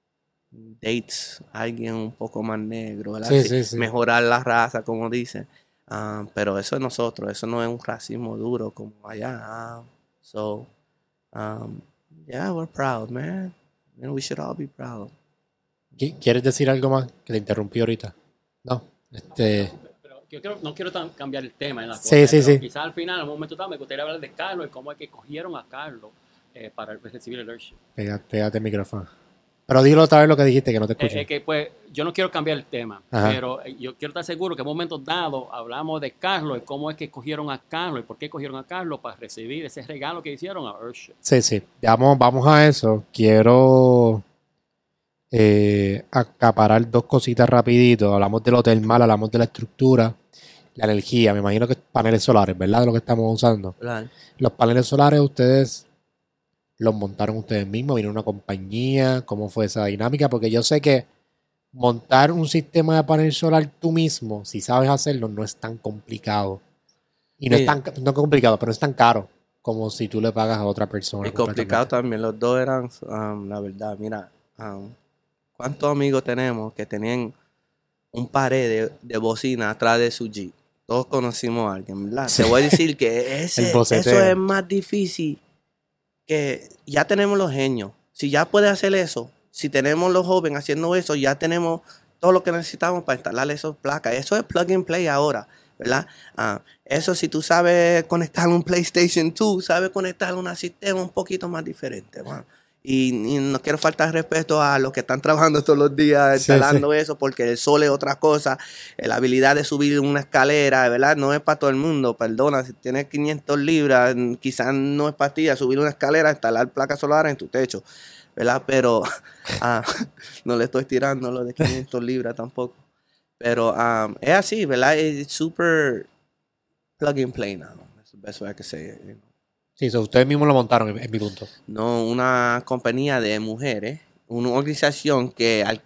dates a alguien un poco más negro, ¿verdad? Sí, sí, sí. Mejorar la raza, como dicen. Um, pero eso es nosotros, eso no es un racismo duro como allá. Um, so, um, yeah, we're proud, man. You know, we should all be proud. ¿Quieres decir algo más? Que te interrumpí ahorita. No, este... Pero yo quiero, no quiero tan cambiar el tema en la sí, cosa, sí, sí. Quizás al final, en un momento dado, me gustaría hablar de Carlos y cómo es que cogieron a Carlos eh, para recibir el Earthship. Pégate, pégate el micrófono. Pero dilo otra vez lo que dijiste, que no te escuché. Es eh, eh, que pues yo no quiero cambiar el tema, Ajá. pero yo quiero estar seguro que en momentos dados hablamos de Carlos y cómo es que cogieron a Carlos y por qué cogieron a Carlos para recibir ese regalo que hicieron a Earthship. Sí, sí. Vamos, vamos a eso. Quiero eh, acaparar dos cositas rapidito. Hablamos del hotel mal, hablamos de la estructura, la energía. Me imagino que paneles solares, ¿verdad? De lo que estamos usando. Claro. Los paneles solares ustedes los montaron ustedes mismos, vino una compañía, ¿cómo fue esa dinámica? Porque yo sé que montar un sistema de panel solar tú mismo, si sabes hacerlo, no es tan complicado. Y no sí. es tan no es complicado, pero no es tan caro como si tú le pagas a otra persona. Es complicado también, los dos eran, um, la verdad, mira, um, ¿cuántos amigos tenemos que tenían un pared de, de bocina atrás de su Jeep? Todos conocimos a alguien, ¿verdad? Sí. Te voy a decir que ese, eso es más difícil. Que ya tenemos los genios. Si ya puede hacer eso, si tenemos los jóvenes haciendo eso, ya tenemos todo lo que necesitamos para instalar esas placas. Eso es plug and play ahora, ¿verdad? Uh, eso si tú sabes conectar un PlayStation dos, sabes conectar un sistema un poquito más diferente. Bueno. Y, y no quiero faltar respeto a los que están trabajando todos los días instalando sí, sí. eso, porque el sol es otra cosa. La habilidad de subir una escalera, ¿verdad? No es para todo el mundo, perdona. Si tienes quinientas libras, quizás no es para ti subir una escalera, instalar placas solares en tu techo, ¿verdad? Pero ah, no le estoy tirando lo de quinientas libras tampoco. Pero um, es así, ¿verdad? Es super plug and play now. That's the best way I can say it, you know? Sí, so ustedes mismos lo montaron, en, en mi punto. No, una compañía de mujeres, una organización que al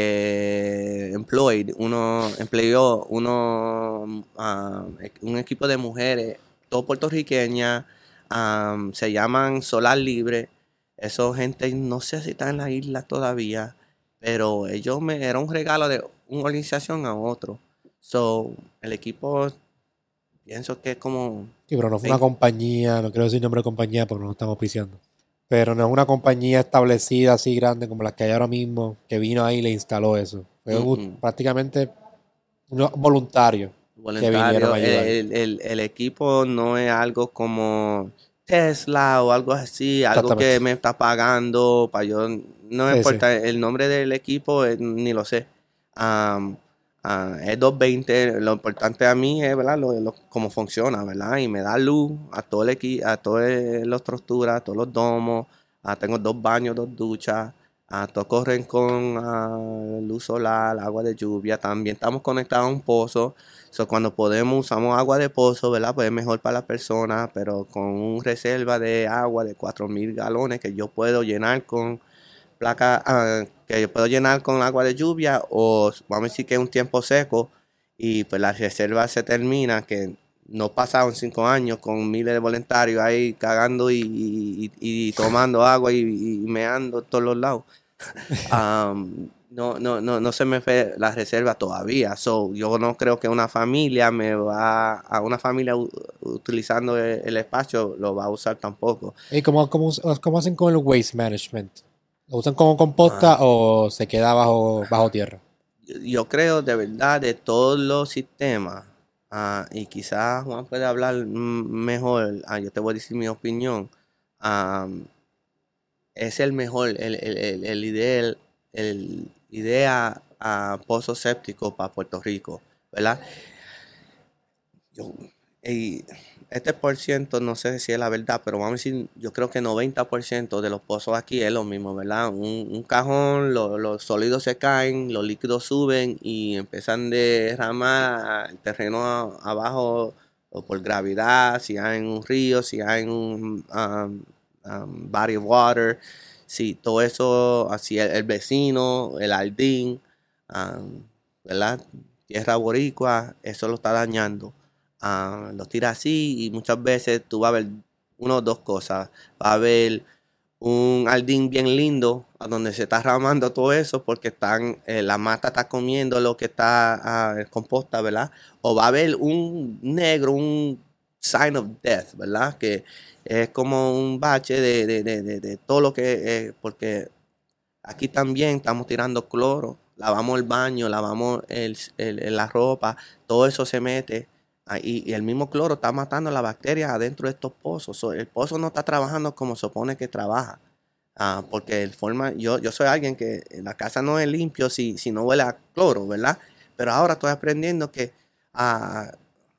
que employed, uno empleó uno uh, un equipo de mujeres, todo puertorriqueñas, um, se llaman Solar Libre. Esa gente no sé si está en la isla todavía, pero ellos me era un regalo de una organización a otro. So, el equipo pienso que es como... Sí, pero no fue una compañía, no quiero decir nombre de compañía porque no lo estamos auspiciando. Pero no es una compañía establecida así grande como la que hay ahora mismo, que vino ahí y le instaló eso. Fue uh-huh. un, prácticamente un voluntario. Voluntario. El, el, el equipo no es algo como Tesla o algo así, algo que me está pagando para yo... No me sí, importa, sí. El nombre del equipo eh, ni lo sé. Um, Uh, es doscientos veinte, lo importante a mí es, ¿verdad? Lo, lo, cómo funciona, ¿verdad? Y me da luz a todo el equipo, a toda la estructura, a todos los domos. Uh, tengo dos baños, dos duchas. Ah, todos corren con ah, luz solar, agua de lluvia. También estamos conectados a un pozo. So, cuando podemos usamos agua de pozo, ¿verdad? Pues es mejor para las personas, pero con un reserva de agua de cuatro mil galones que yo puedo llenar con placa, ah, que yo puedo llenar con agua de lluvia, o vamos a decir que es un tiempo seco y pues la reserva se termina, que no pasaron cinco años con miles de voluntarios ahí cagando y, y- y tomando agua y, y meando en todos los lados. Um, no, no, no, no se me fue la reserva todavía. So, yo no creo que una familia me va a una familia u- utilizando el, el espacio lo va a usar tampoco. ¿Y cómo, cómo, us- cómo hacen con el waste management? ¿Lo usan como composta Ah, o se queda bajo, bajo tierra? yo, yo creo de verdad de todos los sistemas, ah, y quizás Juan puede hablar mm, mejor. Ah, yo te voy a decir mi opinión. Ah, es el mejor, el, el, el, el ideal, el idea a pozo séptico para Puerto Rico, ¿verdad? Yo, y este por ciento, no sé si es la verdad, pero vamos a decir, yo creo que noventa por ciento de los pozos aquí es lo mismo, ¿verdad? Un, un cajón, lo- los sólidos se caen, los líquidos suben y empiezan de derramar el terreno a- abajo o por gravedad, si hay un río, si hay un um, um, body of water, si todo eso, así el, el vecino, el aldín, um, ¿verdad? Tierra boricua, eso lo está dañando. Ah, lo tira así y muchas veces tú vas a ver una o dos cosas. Va a haber un jardín bien lindo a donde se está ramando todo eso porque están, eh, la mata está comiendo lo que está ah, composta, ¿verdad? O va a haber un negro, un sign of death, ¿verdad? Que es como un bache de, de, de, de, de todo lo que, eh, porque aquí también estamos tirando cloro, lavamos el baño, lavamos el, el- el- la ropa, todo eso se mete ahí y el mismo cloro está matando las bacterias adentro de estos pozos. So, el pozo no está trabajando como se supone que trabaja. Ah, porque el forma, yo, yo soy alguien que en la casa no es limpio si, si no huele a cloro, ¿verdad? Pero ahora estoy aprendiendo que ah,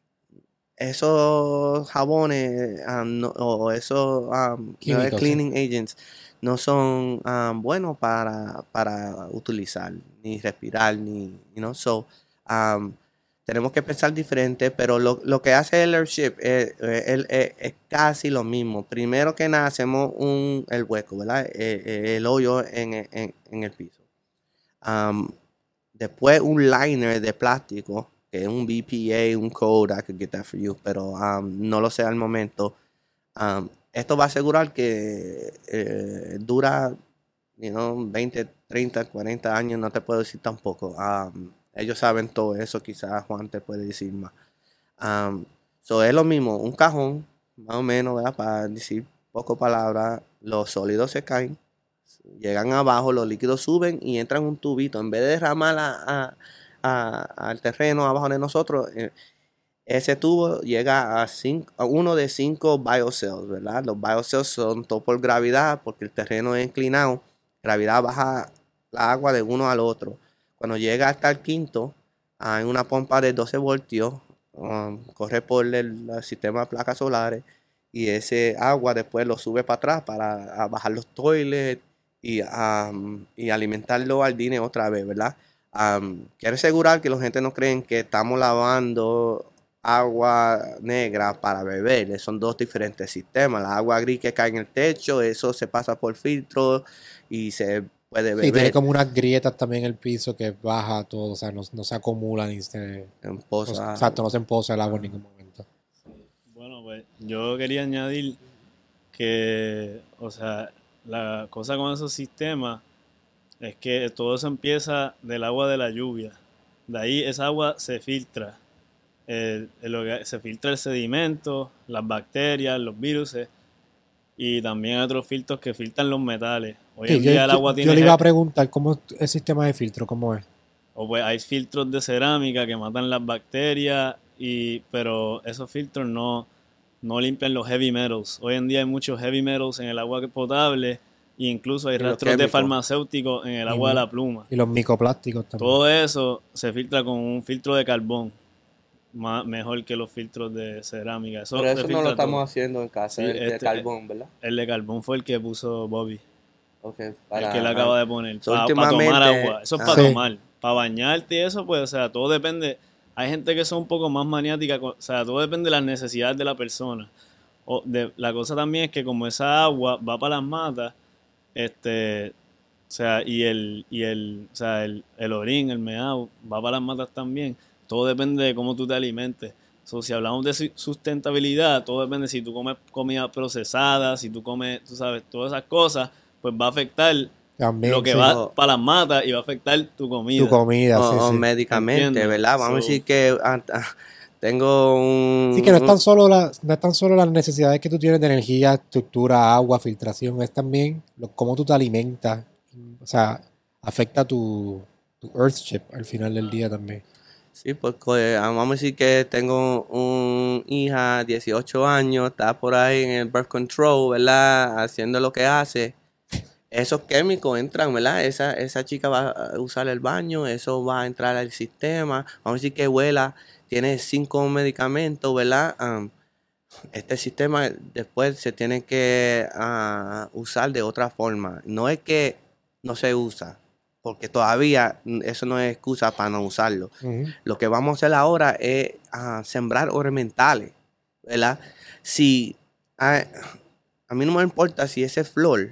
esos jabones um, no- o esos um, you know, Químicos, ¿eh? cleaning agents no son um, buenos para, para utilizar, ni respirar, ni, you know, so um, tenemos que pensar diferente, pero lo, lo que hace el Airship es, es- es- es- es casi lo mismo. Primero que nada hacemos un, el hueco, ¿verdad? Eh, eh, el hoyo en, en- en el piso. Um, Después un liner de plástico, que es un B P A, un code, I could get that for you, pero um, no lo sé al momento. Um, esto va a asegurar que eh, dura, you know, veinte, treinta, cuarenta años, no te puedo decir tampoco. Um, ellos saben todo eso, quizás Juan te puede decir más. Um, so es lo mismo, un cajón, más o menos, ¿verdad? Para decir poco palabras, los sólidos se caen, llegan abajo, los líquidos suben y entran en un tubito. En vez de derramar a- a- a- al terreno abajo de nosotros, eh, ese tubo llega a, cinco, a uno de cinco biocells, ¿verdad? Los biocells son todo por gravedad, porque el terreno es inclinado. Gravedad baja la agua de uno al otro. Cuando llega hasta el quinto, hay una pompa de doce voltios, um, corre por el, el sistema de placas solares y ese agua después lo sube para atrás para a bajar los toilets y, um, y alimentar los jardines otra vez, ¿verdad? Um, quiero asegurar que la gente no creen que estamos lavando agua negra para beber. Son dos diferentes sistemas. La agua gris que cae en el techo, eso se pasa por filtro y se puede Sí, tiene beber como unas grietas también en el piso que baja todo, o sea, no, no se acumula ni se... en no se- poza. exacto, no se empoza el agua en ningún momento. Bueno, pues yo quería añadir que, o sea, la cosa con esos sistemas es que todo eso empieza del agua de la lluvia. De ahí esa agua se filtra. El- el orga- se filtra el sedimento, las bacterias, los virus y también hay otros filtros que filtran los metales. Hoy Sí, en yo, día el yo- agua yo tiene... le iba a preguntar cómo es el sistema de filtro, cómo es. O pues hay filtros de cerámica que matan las bacterias, y, pero esos filtros no, no limpian los heavy metals. Hoy en día hay muchos heavy metals en el agua potable e incluso hay Y los rastros de químicos. farmacéuticos en el agua de la pluma. Y los microplásticos también. Todo eso se filtra con un filtro de carbón, más, mejor que los filtros de cerámica. Eso Pero se eso no filtra lo estamos todo. haciendo en casa, Sí, el de este- carbón, ¿verdad? El de carbón fue el que puso Bobby. Okay, el que él acaba de poner. So, Para últimamente, tomar agua. Eso es para ah, tomar. Para bañarte y eso, pues, o sea, todo depende. Hay gente que son un poco más maniática. O sea, todo depende de las necesidades de la persona. O de, la cosa también es que como esa agua va para las matas, este, o sea, y el, y el, o sea, el, el orín, el meao, va para las matas también. Todo depende de cómo tú te alimentes. So, si hablamos de sustentabilidad, todo depende si tú comes comida procesada, si tú comes, tú sabes, todas esas cosas, pues va a afectar También, lo que sí. va para las matas y va a afectar tu comida. Tu comida, o, sí, o sí. médicamente, ¿Entiendes? ¿verdad? Vamos a So- decir que ah, ah, tengo un... Sí, que no es un- tan solo la, no es tan solo las necesidades que tú tienes de energía, estructura, agua, filtración, es también lo, cómo tú te alimentas. O sea, afecta tu, tu Earthship al final del día también. Sí, porque ah, vamos a decir que tengo una hija, dieciocho años, está por ahí en el birth control, ¿verdad? Haciendo lo que hace. Esos químicos entran, ¿verdad? Esa, esa chica va a usar el baño, eso va a entrar al sistema. Vamos a decir que abuela tiene cinco medicamentos, ¿verdad? Um, este sistema después se tiene que ah, usar de otra forma. No es que no se usa, porque todavía mm, eso no es excusa para no usarlo. Ujú. Lo que vamos a hacer ahora es ah, sembrar ornamentales, ¿verdad? Si a, a mí no me importa si ese flor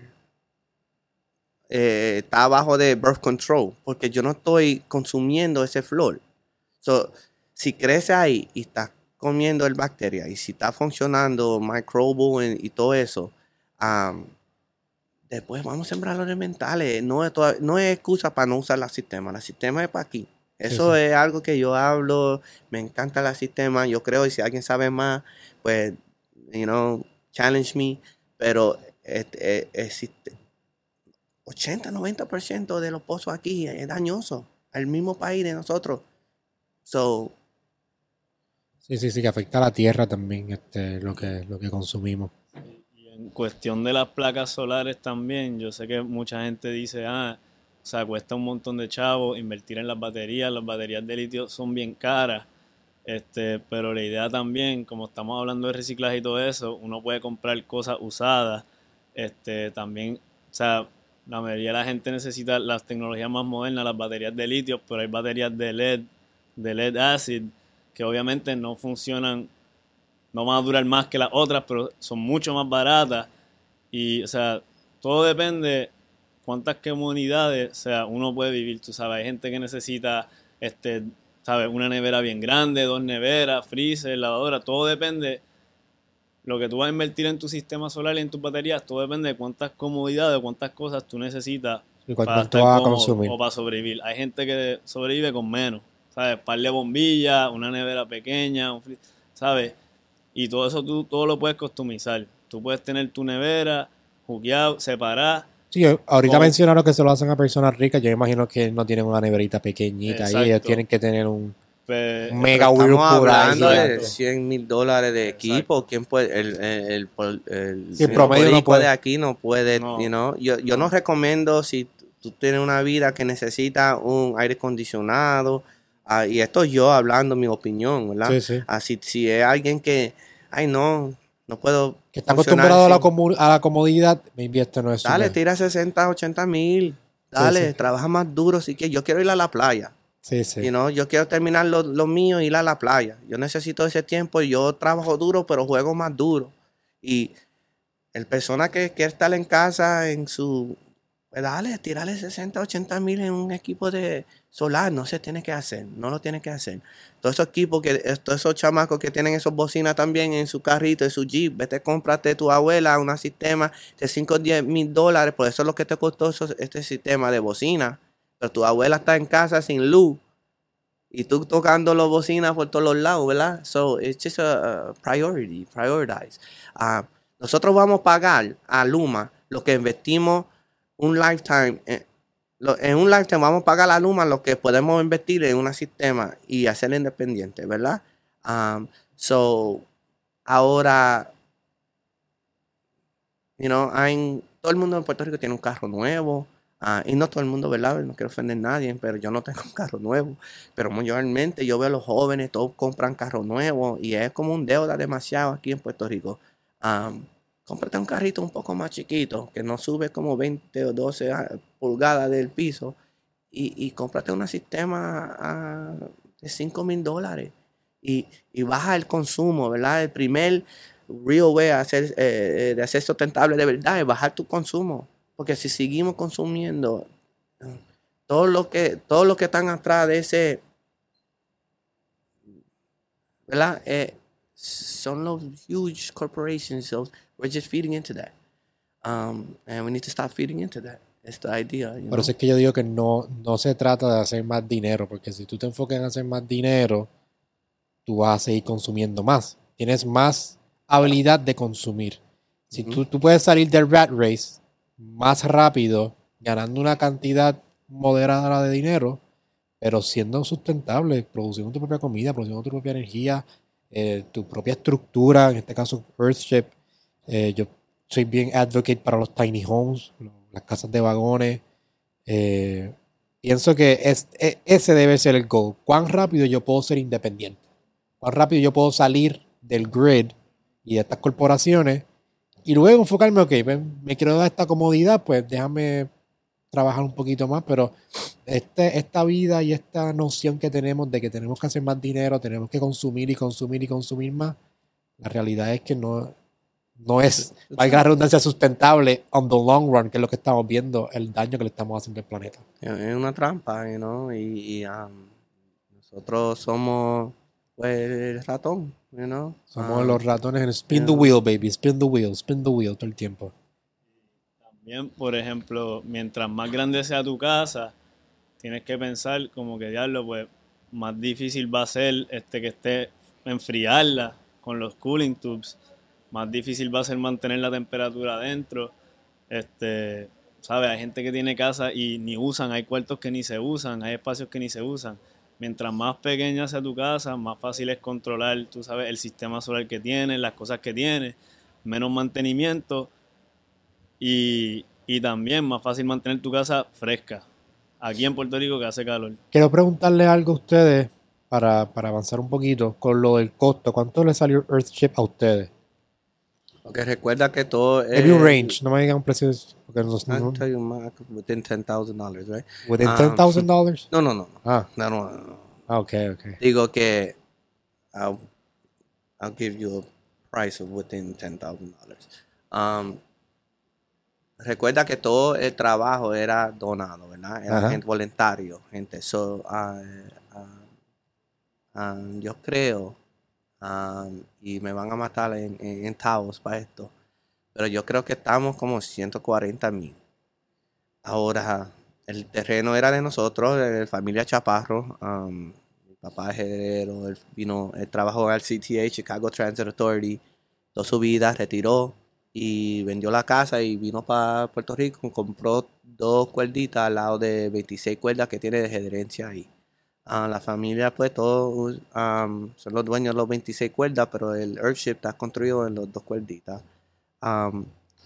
eh, está abajo de birth control, porque yo no estoy consumiendo ese flor. So, si crece ahí y está comiendo el bacteria y si está funcionando microbial y, y todo eso, um, después vamos a sembrar los ornamentales. No es, toda- no es excusa para no usar la sistema. La sistema es para aquí. Eso sí. es algo que yo hablo. Me encanta la sistema. Yo creo y si alguien sabe más, pues, you know, challenge me. Pero este, eh, existe ochenta, noventa por ciento de los pozos aquí es dañoso. Al mismo país de nosotros. So, Sí, sí, sí, que afecta a la tierra también, este, lo que, lo que consumimos. Y en cuestión de las placas solares también, yo sé que mucha gente dice, ah, o sea, cuesta un montón de chavos invertir en las baterías, las baterías de litio son bien caras, este, pero la idea también, como estamos hablando de reciclaje y todo eso, uno puede comprar cosas usadas, este, también, o sea, la mayoría de la gente necesita las tecnologías más modernas, las baterías de litio, pero hay baterías de L E D, de L E D acid, que obviamente no funcionan, no van a durar más que las otras, pero son mucho más baratas. Y, o sea, todo depende cuántas comunidades, o sea, uno puede vivir, tú sabes, hay gente que necesita, este, sabes, una nevera bien grande, dos neveras, freezer, lavadora, todo depende. Lo que tú vas a invertir en tu sistema solar y en tus baterías, todo depende de cuántas comodidades, cuántas cosas tú necesitas Y para cuánto estar vas a cómodo consumir. o para sobrevivir. Hay gente que sobrevive con menos, ¿sabes? Par de bombillas, una nevera pequeña, un fri- ¿sabes? Y todo eso tú todo lo puedes customizar. Tú puedes tener tu nevera, jugueado, separar. Sí, ahorita Con- mencionaron que se lo hacen a personas ricas. Yo me imagino que no tienen una neverita pequeñita ahí. Ellos Exacto. tienen que tener un Pues, un mega Pero estamos whirlpool ahí hablando de gigante. cien mil dólares de Exacto. equipo. ¿Quién puede? El, el, el, el, el Sí, el señor promedio no boricua puede. de aquí no puede. No. You know? yo, yo no recomiendo si tú tienes una vida que necesita un aire acondicionado. ah, y esto yo hablando mi opinión, ¿verdad? Sí, sí. Así si es alguien que, ay no, no puedo. Que está funcionar acostumbrado a la, sin- comu- a la comodidad, maybe esto no es Dale, super- tira sesenta, ochenta mil. Dale, sí. trabaja más duro si quieres. Yo quiero ir a la playa. Sí, sí. You know, yo quiero terminar lo, lo mío y ir a la playa. Yo necesito ese tiempo. Yo trabajo duro, pero juego más duro. Y el persona que quiere estar en casa, en su... Pues dale, tirarle sesenta, ochenta mil en un equipo de solar. No se tiene que hacer. No lo tiene que hacer. Todos esos equipos, que, todos esos chamacos que tienen esos bocinas también en su carrito, en su Jeep. Vete, cómprate tu abuela un sistema de cinco o diez mil dólares. Por eso es lo que te costó eso, este sistema de bocina. Pero tu abuela está en casa sin luz y tú tocando las bocinas por todos los lados, ¿verdad? So, it's just a, a priority, prioritize. Uh, nosotros vamos a pagar a Luma lo que investimos un lifetime. En, lo, en un lifetime vamos a pagar a Luma lo que podemos invertir en un sistema y hacerlo independiente, ¿verdad? Um, so, ahora, you know, hay, todo el mundo en Puerto Rico tiene un carro nuevo. Uh, y no todo el mundo, ¿verdad? No quiero ofender a nadie, pero yo no tengo un carro nuevo. Pero mayormente yo veo a los jóvenes, todos compran carros nuevos y es como un deuda demasiado aquí en Puerto Rico. Um, cómprate un carrito un poco más chiquito, que no sube como veinte o doce pulgadas del piso, y, y cómprate un sistema uh, de cinco mil dólares y, y baja el consumo, ¿verdad? El primer real way de hacer, eh, de hacer sustentable de verdad es bajar tu consumo, porque si seguimos consumiendo, todo lo que, todo lo que están atrás de ese, ¿verdad? Eh, son los huge corporations, so we're just feeding into that. Um, and we need to stop feeding into that. It's the idea. You Por know? eso es que yo digo que no, no se trata de hacer más dinero, porque si tú te enfocas en hacer más dinero, tú vas a seguir consumiendo más. Tienes más habilidad de consumir. Si Ujú. tú, tú puedes salir del rat race más rápido, ganando una cantidad moderada de dinero, pero siendo sustentable, produciendo tu propia comida, produciendo tu propia energía, eh, tu propia estructura, en este caso Earthship. Eh, yo soy bien advocate para los tiny homes, las casas de vagones. Eh, pienso que es, e- ese debe ser el goal. ¿Cuán rápido yo puedo ser independiente? ¿Cuán rápido yo puedo salir del grid y de estas corporaciones? Y luego enfocarme, ok, pues, me quiero dar esta comodidad, pues déjame trabajar un poquito más, pero este, esta vida y esta noción que tenemos de que tenemos que hacer más dinero, tenemos que consumir y consumir y consumir más, la realidad es que no, no es, valga la redundancia, sustentable on the long run, que es lo que estamos viendo, el daño que le estamos haciendo al planeta. Es una trampa, you know, y, y, um, nosotros somos pues el ratón, you know. Somos Um, los ratones en spin the yeah. wheel, baby, spin the wheel, spin the wheel todo el tiempo. También, por ejemplo, mientras más grande sea tu casa, tienes que pensar como que, diablo, pues más difícil va a ser este que esté enfriarla con los cooling tubes, más difícil va a ser mantener la temperatura adentro. Este, ¿sabes? Hay gente que tiene casa y ni usan, hay cuartos que ni se usan, hay espacios que ni se usan. Mientras más pequeña sea tu casa, más fácil es controlar, tú sabes, el sistema solar que tienes, las cosas que tienes, menos mantenimiento y, y también más fácil mantener tu casa fresca. Aquí en Puerto Rico que hace calor. Quiero preguntarle algo a ustedes para, para avanzar un poquito con lo del costo. ¿Cuánto le salió Earthship a ustedes? Porque recuerda que todo es... Maybe un range, no me digan precios. Porque nos, I'll no, tell you, Mark, within ten thousand dollars, right? within Um, ten thousand dollars? No, no, no. no. Ah, No, no, no, no. ah, ok, ok. Digo que I'll, I'll give you a price of within ten thousand dollars. Um, recuerda que todo el trabajo era donado, ¿verdad? Era Ajá. gente voluntario, gente. So, uh, uh, um, yo creo, um, y me van a matar en, en, en Taos para esto, pero yo creo que estamos como ciento cuarenta mil. Ahora, el terreno era de nosotros, de la familia Chaparro. Um, mi papá es heredero, él vino, él trabajó en el C T A, Chicago Transit Authority, toda su vida, retiró y vendió la casa y vino para Puerto Rico, compró dos cuerditas al lado de veintiséis cuerdas que tiene de gerencia ahí. Uh, la familia, pues, todos um, son los dueños de los veintiséis cuerdas, pero el Earthship está construido en los dos cuerditas. Um,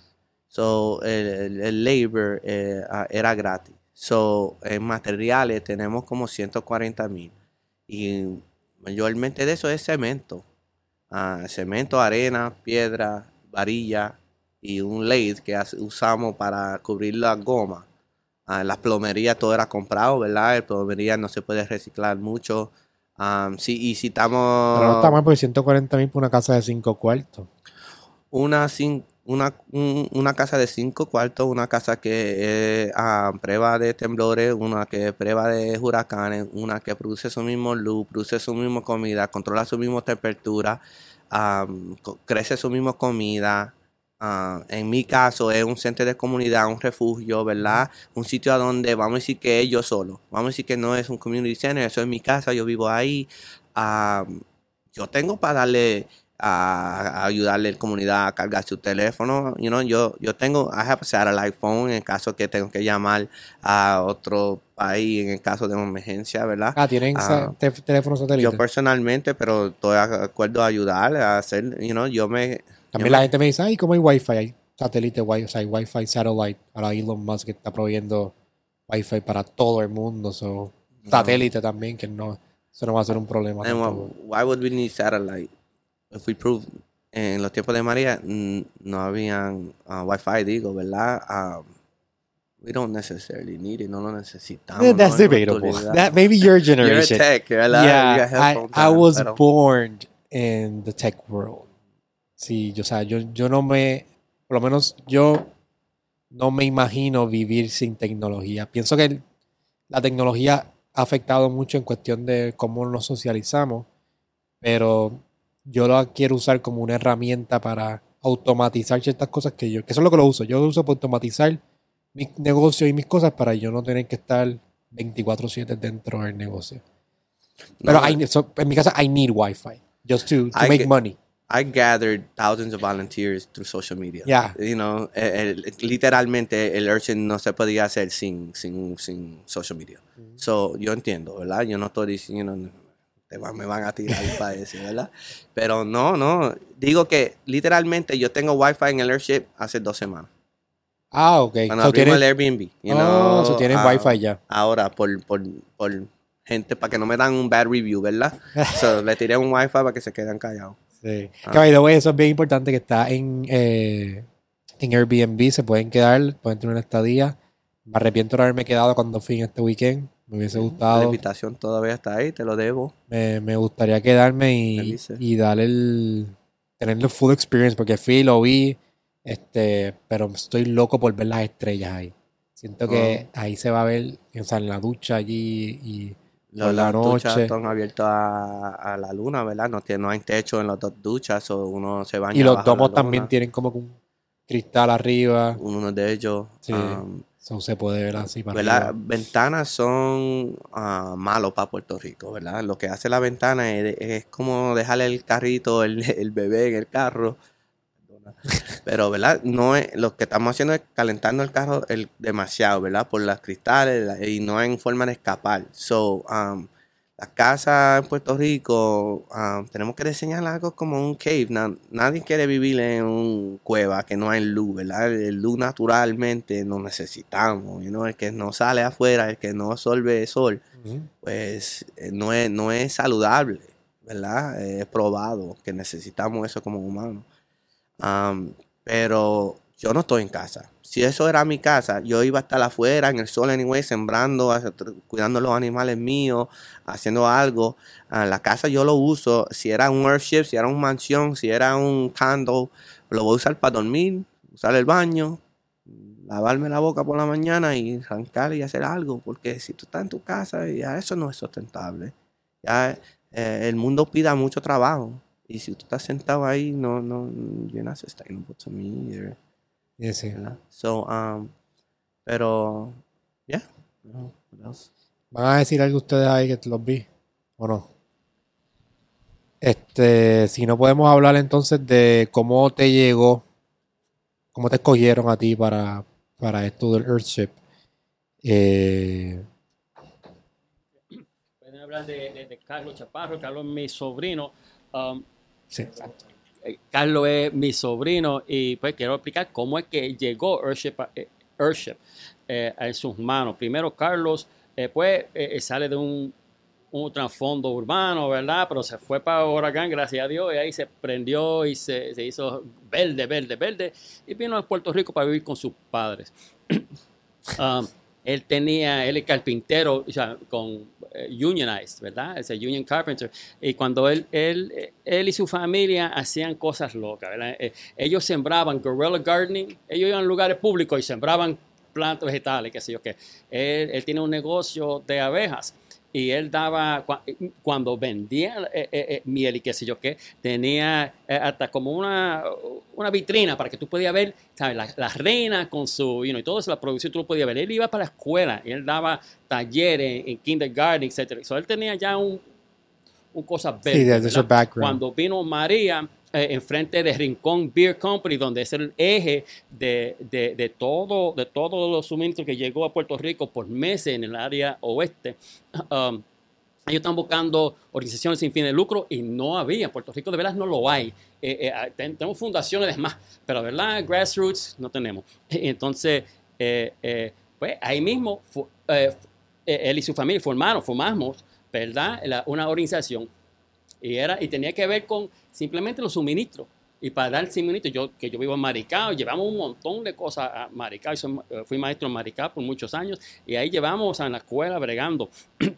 so, el, el, el labor eh, uh, era gratis. So, en materiales tenemos como ciento cuarenta mil. Y mayormente de eso es cemento. Uh, cemento, arena, piedra, varilla y un lathe que hace, usamos para cubrir la goma. Uh, la plomería todo era comprado, ¿verdad? La plomería no se puede reciclar mucho. Um, sí, y si estamos... Pero no está mal porque ciento cuarenta mil por una casa de cinco cuartos. Una, cin- una, un- una casa de cinco cuartos, una casa que es a prueba de temblores, una que es prueba de huracanes, una que produce su mismo luz, produce su misma comida, controla su misma temperatura, um, co- crece su misma comida. Uh, en mi caso es un centro de comunidad, un refugio, ¿verdad? Un sitio a donde vamos a decir que es yo solo. Vamos a decir que no es un community center, eso es mi casa, yo vivo ahí. Um, yo tengo para darle... A, a ayudarle a la comunidad a cargar su teléfono. You know, yo, yo tengo, I have a satellite phone en el caso que tengo que llamar a otro país en el caso de una emergencia, ¿verdad? Ah, tienen sa- Ah, te- teléfono satélite. yo personalmente, pero estoy de acuerdo a ayudarle a hacer, you know, yo me... También yo la me- gente me dice, ay, ¿cómo hay Wi-Fi? Hay satélite, wi- o sea, hay Wi-Fi satellite. Ahora Elon Musk está proveyendo Wi-Fi para todo el mundo. So, No. satélite también, que no, eso no va a ser un problema. And tampoco. why, why would we need satellite if we prove en los tiempos de María mm, no habían uh, Wi-Fi, digo, ¿verdad? Um, we don't necessarily need it, no lo necesitamos. Eh, That's no, en la debatable. actualidad. That maybe your You're a generation. tech, ¿verdad? You Yeah, got I, headphones I on, was pero- born in the tech world. Sí, yo, o sea, yo, yo no me, por lo menos yo no me imagino vivir sin tecnología. Pienso que el- la tecnología ha afectado mucho en cuestión de cómo nos socializamos, pero yo la quiero usar como una herramienta para automatizar ciertas cosas que yo, que eso es lo que lo uso. Yo lo uso para automatizar mis negocios y mis cosas para yo no tener que estar veinticuatro siete dentro del negocio. Pero No, I- so, en mi casa, I need Wi-Fi just to, to I make get- money. I gathered thousands of volunteers through social media. Yeah. You know, el- el- literalmente el Urchin no se podía hacer sin, sin, sin social media. So, yo entiendo, ¿verdad? Yo no estoy diciendo, you know, te va- me van a tirar para eso, ¿verdad? Pero no, no. Digo que literalmente yo tengo Wi-Fi en el Airship hace dos semanas. Ah, ok. Cuando So abrimos tienes, el Airbnb. You oh, know, so tienes ah, Wi-Fi ya. Ahora, por, por, por gente, para que no me dan un bad review, ¿verdad? So, le tiré un Wi-Fi para que se queden callados. Sí. Ah. Que, by the way, eso es bien importante que está en, eh, en Airbnb. Se pueden quedar, pueden tener una estadía. Me arrepiento de haberme quedado cuando fui en este weekend. Me hubiese La gustado. invitación todavía está ahí, te lo debo. Me, me gustaría quedarme Me y, dice. y dar el tener el full experience porque fui, lo vi, este, pero estoy loco por ver las estrellas ahí. Siento que ahí se va a ver, o sea, en la ducha allí y Los, por la las duchas noche. están abiertos a, a la luna, ¿verdad? No, tiene, no hay techo en las dos duchas, o uno se baña Y los bajo la domos también luna. tienen como que un cristal arriba. Uno de ellos. Sí. um, So, se puede ver así para ¿verdad? arriba. Ventanas son ah, malos para Puerto Rico, ¿verdad? Lo que hace la ventana es, es como dejarle el carrito, el, el bebé en el carro. Pero, ¿verdad? No es, lo que estamos haciendo es calentando el carro el, demasiado, ¿verdad? Por las cristales la- y no hay forma de escapar. So, um, la casa en Puerto Rico, um, tenemos que diseñar algo como un cave. Na- nadie quiere vivir en un cueva que no hay luz, ¿verdad? El luz naturalmente lo necesitamos, you know? El que no sale afuera, el que no absorbe el sol, Ujú. pues eh, no es, no es saludable, ¿verdad? Eh, Es probado que necesitamos eso como humanos. Um, pero yo no estoy en casa. Si eso era mi casa, yo iba a estar afuera en el sol anyway, sembrando, hace- tr- cuidando los animales míos, haciendo algo. Ah, la casa yo lo uso. Si era un Earthship, si era una mansión, si era un condo, lo voy a usar para dormir, usar el baño, lavarme la boca por la mañana y arrancar y hacer algo. Porque si tú estás en tu casa, ya eso no es sustentable. Ya eh, el mundo pida mucho trabajo. Y si tú estás sentado ahí, no, no, you're not sustainable to me either. Y sí. ¿Verdad? So, um, pero, yeah. No, what else? ¿Van a decir algo ustedes ahí que los vi? ¿O no? Este, si no podemos hablar entonces de cómo te llegó, cómo te escogieron a ti para, para esto del Earthship. Eh, Pueden hablar de, de- de Carlos Chaparro. Carlos es mi sobrino. Um, sí, exacto. eh, Carlos es mi sobrino y pues quiero explicar cómo es que llegó Earthship, a- eh, Earthship, eh, en sus manos. Primero Carlos eh, pues eh, sale de un, un trasfondo urbano, ¿verdad? Pero se fue para Oregon, gracias a Dios, y ahí se prendió y se, se hizo verde, verde, verde, y vino a Puerto Rico para vivir con sus padres. Um, él tenía, él es carpintero, o sea, con eh, unionized, ¿verdad? Es el union carpenter. Y cuando él, él, él y su familia hacían cosas locas, ¿verdad? Eh, ellos sembraban guerrilla gardening, ellos iban a lugares públicos y sembraban plantas vegetales, qué sé yo qué. Él, él tiene un negocio de abejas. Y él daba, cua- cuando vendía eh, eh, eh, miel y qué sé yo qué, tenía eh, hasta como una, una vitrina para que tú podías ver, ¿sabes? La, la reina con su, you know, y todo eso, la producción tú lo podías ver. Él iba para la escuela y él daba talleres en kindergarten, etcétera. So, él tenía ya un, un cosa verde. Sí, there's a ¿verdad? background. Cuando vino María, eh, enfrente de Rincón Beer Company, donde es el eje de, de, de, todo, de todos los suministros que llegó a Puerto Rico por meses en el área oeste. Um, ellos están buscando organizaciones sin fin de lucro y no había. En Puerto Rico de verdad no lo hay. Eh, eh, ten- tenemos fundaciones de más, pero de verdad grassroots no tenemos. Entonces, eh, eh, pues ahí mismo fu- eh, eh, él y su familia formaron, formamos, ¿verdad? La- una organización y, era, y tenía que ver con simplemente los suministros. Y para dar cinco minutos, yo, que yo vivo en Maricao, llevamos un montón de cosas a Maricao. Soy, fui maestro en Maricao por muchos años y ahí llevamos a la escuela bregando.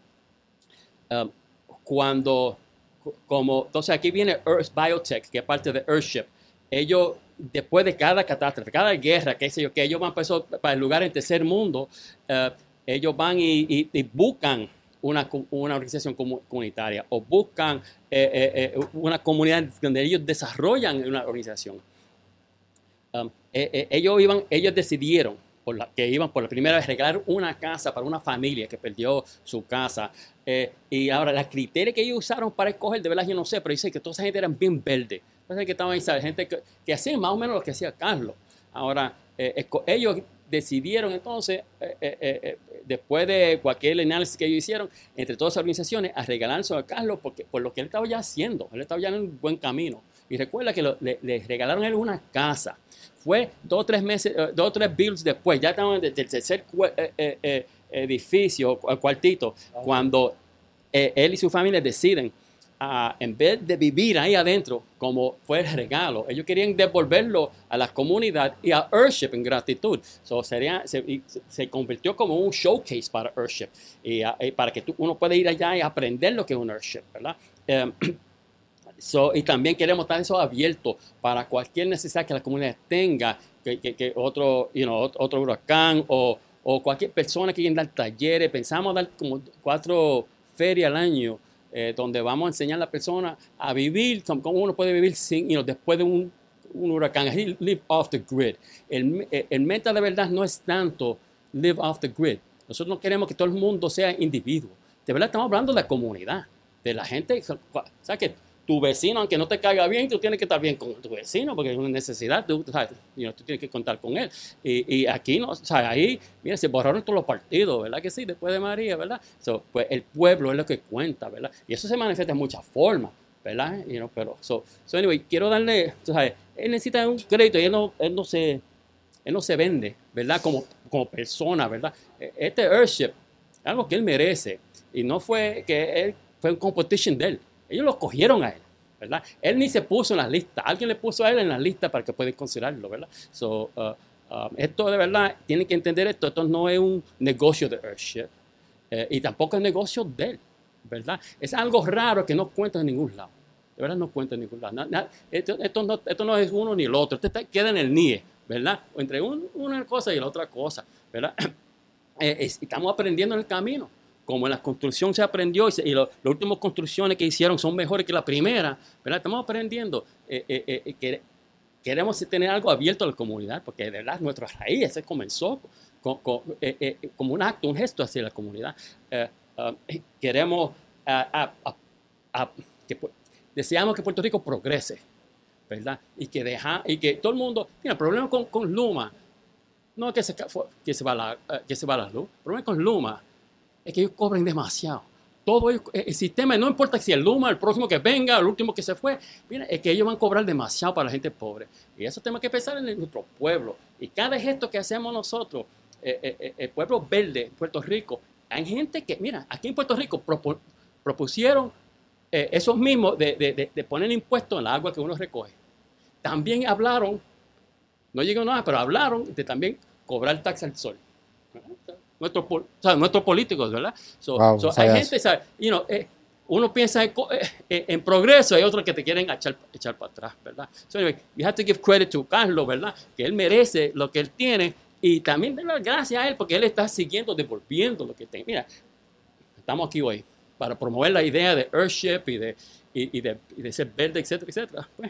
uh, cuando, como, entonces aquí viene Earth Biotech, que es parte de Earthship. Ellos, después de cada catástrofe, cada guerra, qué sé yo, que ellos van para, eso, para el lugar en tercer mundo, uh, ellos van y, y, y buscan una, una organización comunitaria o buscan eh, eh, eh, una comunidad donde ellos desarrollan una organización. Um, eh, eh, ellos, iban, ellos decidieron por la, que iban por la primera vez a regalar una casa para una familia que perdió su casa. Eh, y ahora, los criterios que ellos usaron para escoger, de verdad yo no sé, pero dice que toda esa gente eran bien verde. Entonces, que estaban ahí, ¿sabes? Gente que, que hacían más o menos lo que hacía Carlos. Ahora, eh, ellos decidieron entonces, eh, eh, eh, después de cualquier análisis que ellos hicieron, entre todas las organizaciones, a regalarse a Carlos porque, por lo que él estaba ya haciendo. Él estaba ya en un buen camino. Y recuerda que lo, le, le regalaron a él una casa. Fue dos o tres meses, dos o tres builds después, ya estaban en el tercer eh, eh, eh, edificio, cuartito, cuando eh, él y su familia deciden, uh, en vez de vivir ahí adentro, como fue el regalo, ellos querían devolverlo a la comunidad y a Earthship en gratitud. So, sería, se, se convirtió como un showcase para Earthship, y, uh, y para que tú, uno pueda ir allá y aprender lo que es un Earthship, ¿verdad? Um, So, y también queremos estar eso abierto para cualquier necesidad que la comunidad tenga, que, que, que otro, you know, otro huracán o, o cualquier persona que quiera dar talleres. Pensamos dar como cuatro ferias al año eh, donde vamos a enseñar a la persona a vivir, cómo uno puede vivir sin, you know, después de un, un huracán, live off the grid. El, el meta de verdad no es tanto live off the grid. Nosotros no queremos que todo el mundo sea individuo. De verdad estamos hablando de la comunidad, de la gente. ¿Sabes qué? Tu vecino, aunque no te caiga bien, tú tienes que estar bien con tu vecino, porque es una necesidad, tú, ¿sabes? You know, tú tienes que contar con él. Y, y aquí, no, ¿sabes? Ahí, mira, se borraron todos los partidos, ¿verdad que sí? Después de María, ¿verdad? So, pues el pueblo es lo que cuenta, ¿verdad? Y eso se manifiesta de muchas formas, ¿verdad? You know, pero, so, so anyway, quiero darle, ¿sabes? Él necesita un crédito y él no, él no, se, él no se vende, ¿verdad? Como, como persona, ¿verdad? Este Earthship es algo que él merece. Y no fue que él, fue un competition de él. Ellos lo cogieron a él, ¿verdad? Él ni se puso en la lista. Alguien le puso a él en la lista para que pueda considerarlo, ¿verdad? So, uh, um, esto de verdad, tienen que entender esto. Esto no es un negocio de Earthship. Eh, y tampoco es negocio de él, ¿verdad? Es algo raro que no cuenta en ningún lado. De verdad no cuenta en ningún lado. Na, na, esto, esto, no, esto no es uno ni el otro. Esto está, queda en el N I E, ¿verdad? Entre un, una cosa y la otra cosa, ¿verdad? Eh, es, estamos aprendiendo en el camino. Como en la construcción se aprendió y, se, y lo, las últimas construcciones que hicieron son mejores que la primera, ¿verdad? Estamos aprendiendo. Eh, eh, eh, que, queremos tener algo abierto a la comunidad, porque de verdad nuestra raíz se comenzó con, con, eh, eh, como un acto, un gesto hacia la comunidad. Eh, uh, queremos, uh, uh, uh, uh, que, deseamos que Puerto Rico progrese, ¿verdad? Y que, deja, y que todo el mundo, mira, el problema con, con Luma, no es que se, que se va la, uh, que se va la luz, el problema con Luma es que ellos cobran demasiado. Todo el, el sistema, no importa si el Luma, el próximo que venga, el último que se fue, mira, es que ellos van a cobrar demasiado para la gente pobre. Y eso tenemos que pensar en nuestro pueblo. Y cada gesto que hacemos nosotros, eh, eh, el pueblo verde, Puerto Rico, hay gente que, mira, aquí en Puerto Rico propu, propusieron eh, esos mismos de, de, de, de poner impuestos en la agua que uno recoge. También hablaron, no llegó nada, pero hablaron de también cobrar taxa al sol. Nuestros, o sea, nuestros políticos, ¿verdad? So, wow, so hay gente, ¿sabes? You know, eh, uno piensa en, eh, en progreso, hay otros que te quieren echar, echar para atrás, ¿verdad? So anyway, you have to give credit to Carlos, ¿verdad? Que él merece lo que él tiene y también darle gracias a él porque él está siguiendo, devolviendo lo que tiene. Mira, estamos aquí hoy para promover la idea de Earthship y de, y, y de, y de ser verde, etcétera, etcétera. Pues,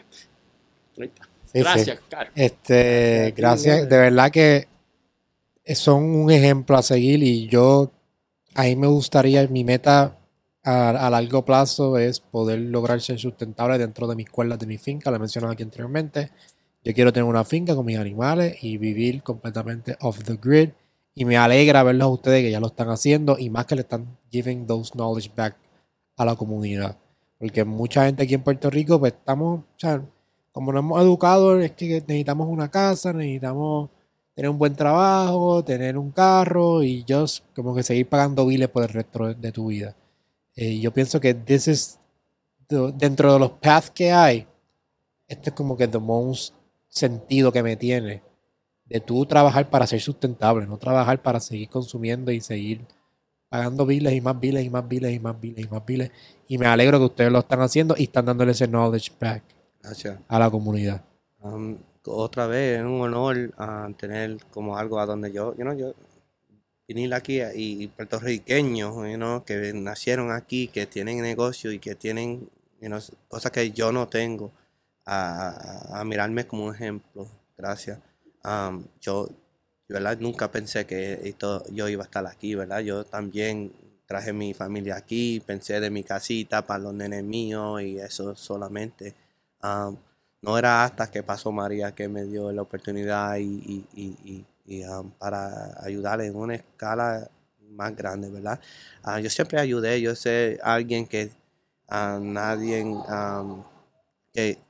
sí, gracias, sí. Carlos. Este, gracias, de verdad que son un ejemplo a seguir y yo, a mí me gustaría, mi meta a, a largo plazo es poder lograr ser sustentable dentro de mis cuerdas de mi finca, lo mencionaba aquí anteriormente. Yo quiero tener una finca con mis animales y vivir completamente off the grid y me alegra verlos a ustedes que ya lo están haciendo y más que le están giving those knowledge back a la comunidad. Porque mucha gente aquí en Puerto Rico, pues estamos, o sea, como nos hemos educado, es que necesitamos una casa, necesitamos tener un buen trabajo, tener un carro y just como que seguir pagando biles por el resto de tu vida. Eh, yo pienso que this is the, dentro de los paths que hay, este es como que the most sentido que me tiene de tú trabajar para ser sustentable, no trabajar para seguir consumiendo y seguir pagando biles y más biles y más biles y más biles y más biles. Y me alegro que ustedes lo están haciendo y están dándole ese knowledge back Gracias. a la comunidad. Um, otra vez es un honor uh, tener como algo a donde yo, you know, yo venir aquí y, y puertorriqueños, you know, que nacieron aquí, que tienen negocio y que tienen, you know, cosas que yo no tengo, a, a, a mirarme como un ejemplo. Gracias. Um, yo, ¿verdad? Nunca pensé que esto, yo iba a estar aquí, ¿verdad? Yo también traje mi familia aquí, pensé de mi casita para los nenes míos y eso solamente. Um, no era hasta que pasó María que me dio la oportunidad y, y, y, y, y um, para ayudarle en una escala más grande, ¿verdad? Uh, yo siempre ayudé, yo sé alguien que uh, nadie, um, que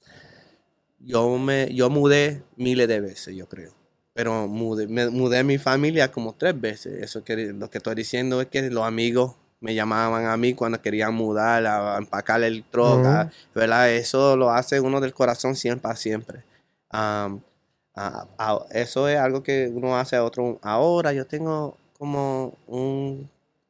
yo me, yo mudé miles de veces, yo creo. Pero mudé, me mudé a mi familia como tres veces. Eso que lo que estoy diciendo es que los amigos me llamaban a mí cuando querían mudar, a, a empacar el truck, uh-huh. ¿verdad? Eso lo hace uno del corazón siempre a siempre. Um, a, a, eso es algo que uno hace a otro. Ahora yo tengo como un,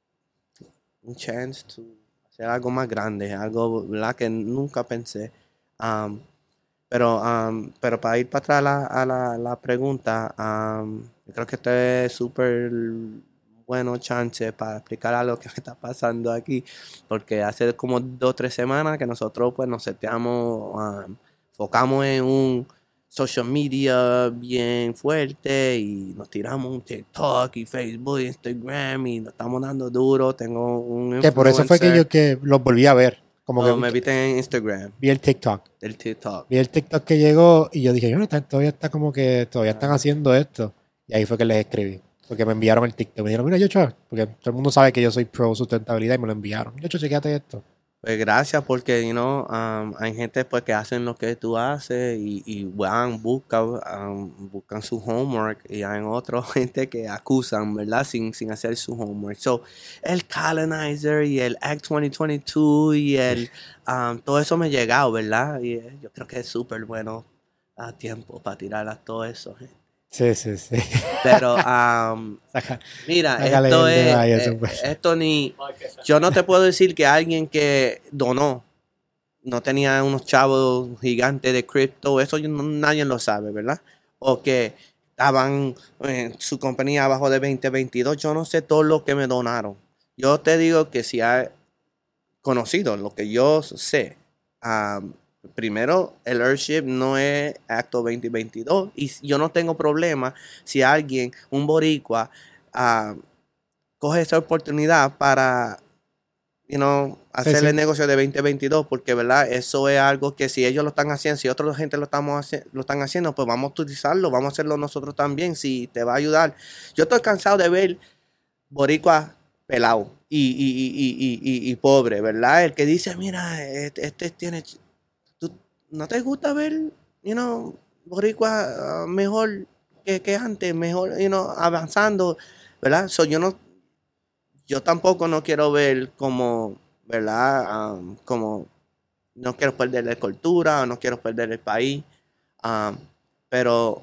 un chance to hacer algo más grande, algo, ¿verdad? Que nunca pensé. Um, Pero, um, pero para ir para atrás a la, a la, la pregunta, um, yo creo que este es súper bueno chance para explicar algo que me está pasando aquí, porque hace como dos o tres semanas que nosotros pues nos seteamos, um, enfocamos en un social media bien fuerte y nos tiramos un TikTok y Facebook, Instagram y nos estamos dando duro. Tengo un que por eso fue que yo que los volví a ver. Como oh, que me viste en Instagram. Vi el TikTok. El TikTok. Vi el TikTok que llegó y yo dije, yo, todavía está como que todavía están haciendo esto. Y ahí fue que les escribí. Porque me enviaron el TikTok. Me dijeron, mira, Yocho, porque todo el mundo sabe que yo soy pro sustentabilidad y me lo enviaron. Yocho, chequéate esto. Pues gracias porque, you know, um, hay gente pues que hacen lo que tú haces y, y van, buscan, um, buscan su homework y hay otra gente que acusan, ¿verdad? Sin, sin hacer su homework. So, el Colonizer y el Act veinte veintidós y el, um, todo eso me ha llegado, ¿verdad? Y eh, yo creo que es súper bueno a tiempo para tirar a todo eso, gente. Sí, sí, sí. Pero, um, Saca, mira, esto es, ahí, eh, esto ni, yo no te puedo decir que alguien que donó no tenía unos chavos gigantes de cripto, eso no, nadie lo sabe, ¿verdad? O que estaban en su compañía abajo de veinte veintidós, yo no sé todo lo que me donaron. Yo te digo que si hay conocido lo que yo sé, um, primero, el Earthship no es Acto veinte veintidós y yo no tengo problema si alguien, un boricua, uh, coge esa oportunidad para, you know, hacer sí, el sí. negocio de veinte veintidós porque, ¿verdad? Eso es algo que si ellos lo están haciendo, si otra gente lo, estamos haci- lo están haciendo, pues vamos a utilizarlo, vamos a hacerlo nosotros también, si te va a ayudar. Yo estoy cansado de ver boricua pelado y, y, y, y, y, y pobre, ¿verdad? El que dice, mira, este, este tiene... ¿No te gusta ver, you know, boricua uh, mejor que, que antes, mejor, you know, avanzando, ¿verdad? So, yo no, yo tampoco no quiero ver como, ¿verdad? Um, como, no quiero perder la cultura, no quiero perder el país, um, pero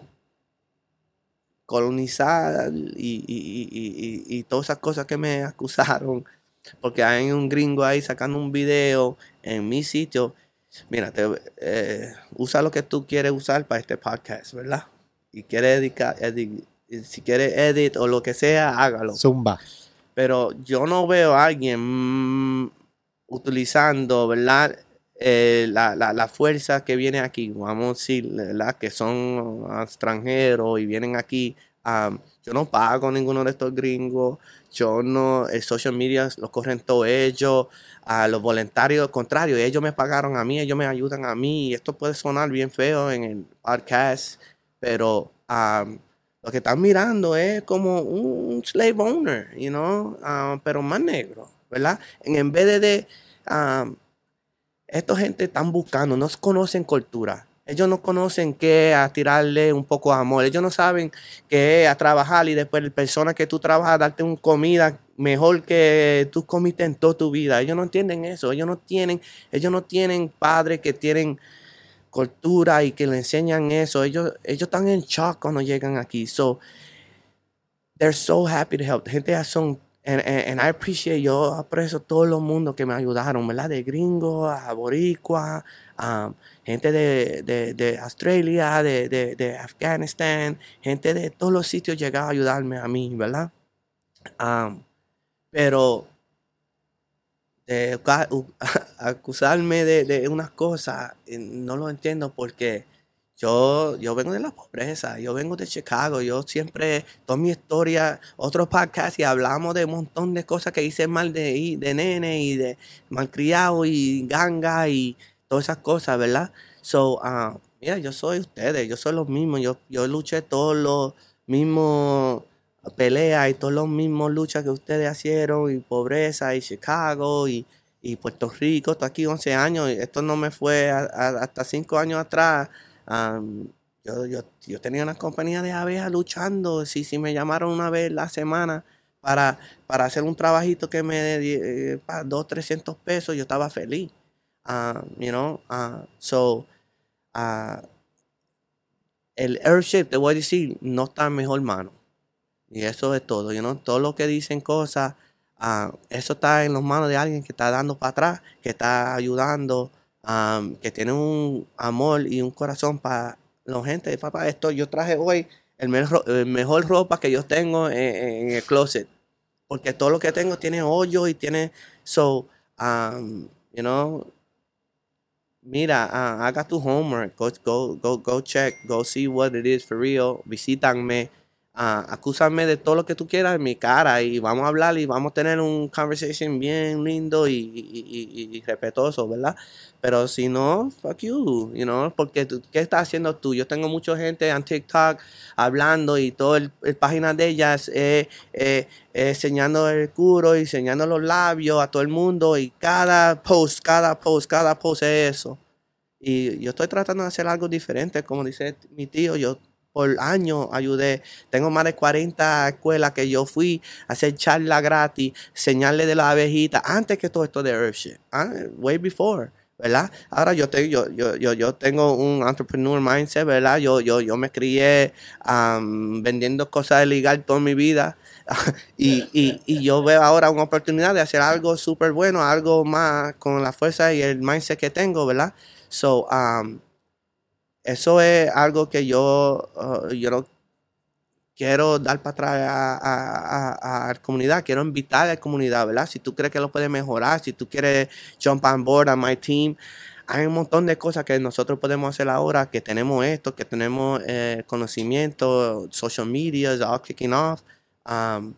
colonizar y, y, y, y, y todas esas cosas que me acusaron, porque hay un gringo ahí sacando un video en mi sitio. Mira, te, eh, usa lo que tú quieres usar para este podcast, ¿verdad? Y quieres editar, edit, si quieres edit o lo que sea, hágalo. Zumba. Pero yo no veo a alguien mmm, utilizando, ¿verdad? Eh, la, la, la fuerza que viene aquí, vamos a decir, ¿verdad? Que son extranjeros y vienen aquí. Um, yo no pago ninguno de estos gringos. Yo no, el social media lo corren todos ellos. A los voluntarios, al contrario, ellos me pagaron a mí, ellos me ayudan a mí. Y esto puede sonar bien feo en el podcast, pero um, lo que están mirando es como un slave owner, you know, uh, pero más negro, ¿verdad? En, en vez de, de um, esta gente están buscando, no conocen cultura. Ellos no conocen qué a tirarle un poco de amor. Ellos no saben qué a trabajar y después la persona que tú trabajas darte una comida mejor que tú comiste en toda tu vida. Ellos no entienden eso. Ellos no tienen, ellos no tienen padres que tienen cultura y que le enseñan eso. Ellos, ellos están en shock cuando llegan aquí. So, they're so happy to help. Gente ya son, and, and, and I appreciate, yo aprecio todo el mundo que me ayudaron, ¿verdad? De gringo a boricua, um, gente de, de, de Australia, de, de, de Afganistán, gente de todos los sitios llegaba a ayudarme a mí, ¿verdad? Um, pero de acusarme de, de unas cosas, no lo entiendo porque yo, yo vengo de la pobreza, yo vengo de Chicago, yo siempre, toda mi historia, otros podcasts y hablamos de un montón de cosas que hice mal de, de nene y de malcriado y ganga y todas esas cosas, ¿verdad? So, uh, mira, yo soy ustedes, yo soy los mismos, yo, yo luché todos los mismos peleas y todos los mismos luchas que ustedes hicieron, y pobreza, y Chicago, y, y Puerto Rico, estoy aquí once años, y esto no me fue a, a, hasta cinco años atrás. Um, yo, yo, yo tenía una compañía de abejas luchando, si, si me llamaron una vez la semana para, para hacer un trabajito que me dé eh, dos, trescientos pesos, yo estaba feliz. Uh, you know, uh, so, uh, el Earthship, te voy a decir, no está en mejor mano. Y eso es todo, you know? Todo lo que dicen cosas, uh, eso está en las manos de alguien que está dando para atrás, que está ayudando, um, que tiene un amor y un corazón para la gente. Papá, esto yo traje hoy el mejor, el mejor ropa que yo tengo en, en el closet, porque todo lo que tengo tiene hoyo y tiene, so, um, you know, mira, uh, haga tu homework, go, go, go, go check, go see what it is for real, visítanme. Uh, acúsame de todo lo que tú quieras en mi cara y vamos a hablar y vamos a tener un conversation bien lindo y, y, y, y respetuoso, ¿verdad? Pero si no, fuck you, you know, porque tú, ¿qué estás haciendo tú? Yo tengo mucha gente en TikTok hablando y todo el, el página de ellas eh, eh, eh, enseñando el culo y enseñando los labios a todo el mundo y cada post, cada post, cada post es eso. Y yo estoy tratando de hacer algo diferente, como dice mi tío, yo por años ayudé. Tengo más de cuarenta escuelas que yo fui a hacer charla gratis, enseñarle de la abejita, antes que todo esto de Earthship, ¿eh? Way before, ¿verdad? Ahora yo, te, yo, yo, yo, yo tengo un entrepreneur mindset, ¿verdad? Yo, yo, yo me crié um, vendiendo cosas ilegales toda mi vida y, y, y yo veo ahora una oportunidad de hacer algo súper bueno, algo más con la fuerza y el mindset que tengo, ¿verdad? So, um, eso es algo que yo, uh, yo no quiero dar para atrás a, a, a, a la comunidad. Quiero invitar a la comunidad, ¿verdad? Si tú crees que lo puedes mejorar, si tú quieres jump on board a my team, hay un montón de cosas que nosotros podemos hacer ahora, que tenemos esto, que tenemos eh, conocimiento, social media, is all kicking off. Um,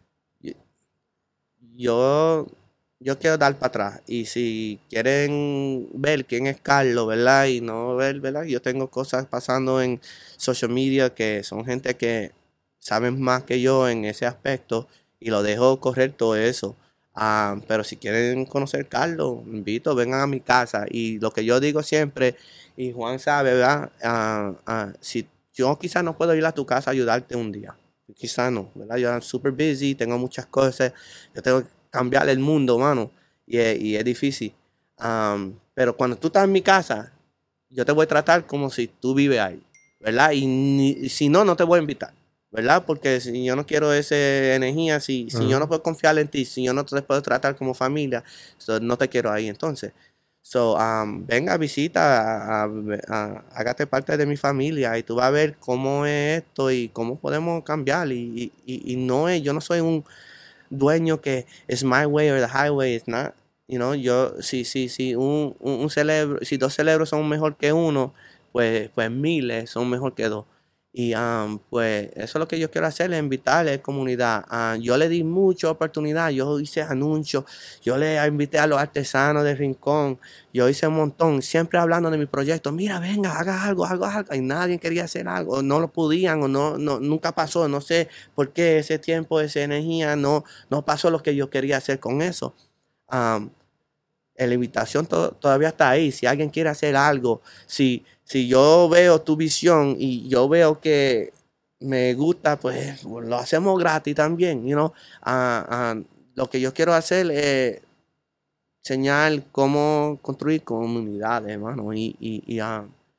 yo... Yo quiero dar para atrás. Y si quieren ver quién es Carlos, ¿verdad? Y no ver, ¿verdad? Yo tengo cosas pasando en social media que son gente que saben más que yo en ese aspecto y lo dejo correr todo eso. Uh, pero si quieren conocer a Carlos, invito, vengan a mi casa. Y lo que yo digo siempre, y Juan sabe, ¿verdad? Uh, uh, si yo quizás no puedo ir a tu casa a ayudarte un día. Quizás no, ¿verdad? Yo estoy super busy, tengo muchas cosas. Yo tengo cambiar el mundo, mano, y es, y es difícil. Um, pero cuando tú estás en mi casa, yo te voy a tratar como si tú vives ahí, ¿verdad? Y, ni, y si no, no te voy a invitar, ¿verdad? Porque si yo no quiero esa energía, si, uh-huh. si yo no puedo confiar en ti, si yo no te puedo tratar como familia, so, no te quiero ahí entonces. So, um, venga, visita, a, a, a, hágate parte de mi familia y tú vas a ver cómo es esto y cómo podemos cambiar. Y, y, y no es, yo no soy un dueño que es my way or the highway, it's not, you know, yo, si, si, si un, un, un cerebro, si dos cerebros son mejor que uno, pues, pues miles son mejor que dos. Y um, pues eso es lo que yo quiero hacer, es invitarle a la comunidad. Uh, yo le di mucha oportunidad, yo hice anuncios, yo le invité a los artesanos de Rincón, yo hice un montón, siempre hablando de mi proyecto. Mira, venga, haga algo, haga algo. Y nadie quería hacer algo, o no lo podían, o no, no, nunca pasó. No sé por qué ese tiempo, esa energía, no, no pasó lo que yo quería hacer con eso. Um, la invitación to- todavía está ahí. Si alguien quiere hacer algo, si... Si yo veo tu visión y yo veo que me gusta, pues lo hacemos gratis también, you know? Uh, uh, lo que yo quiero hacer es enseñar cómo construir comunidades, hermano. Y, y, y uh,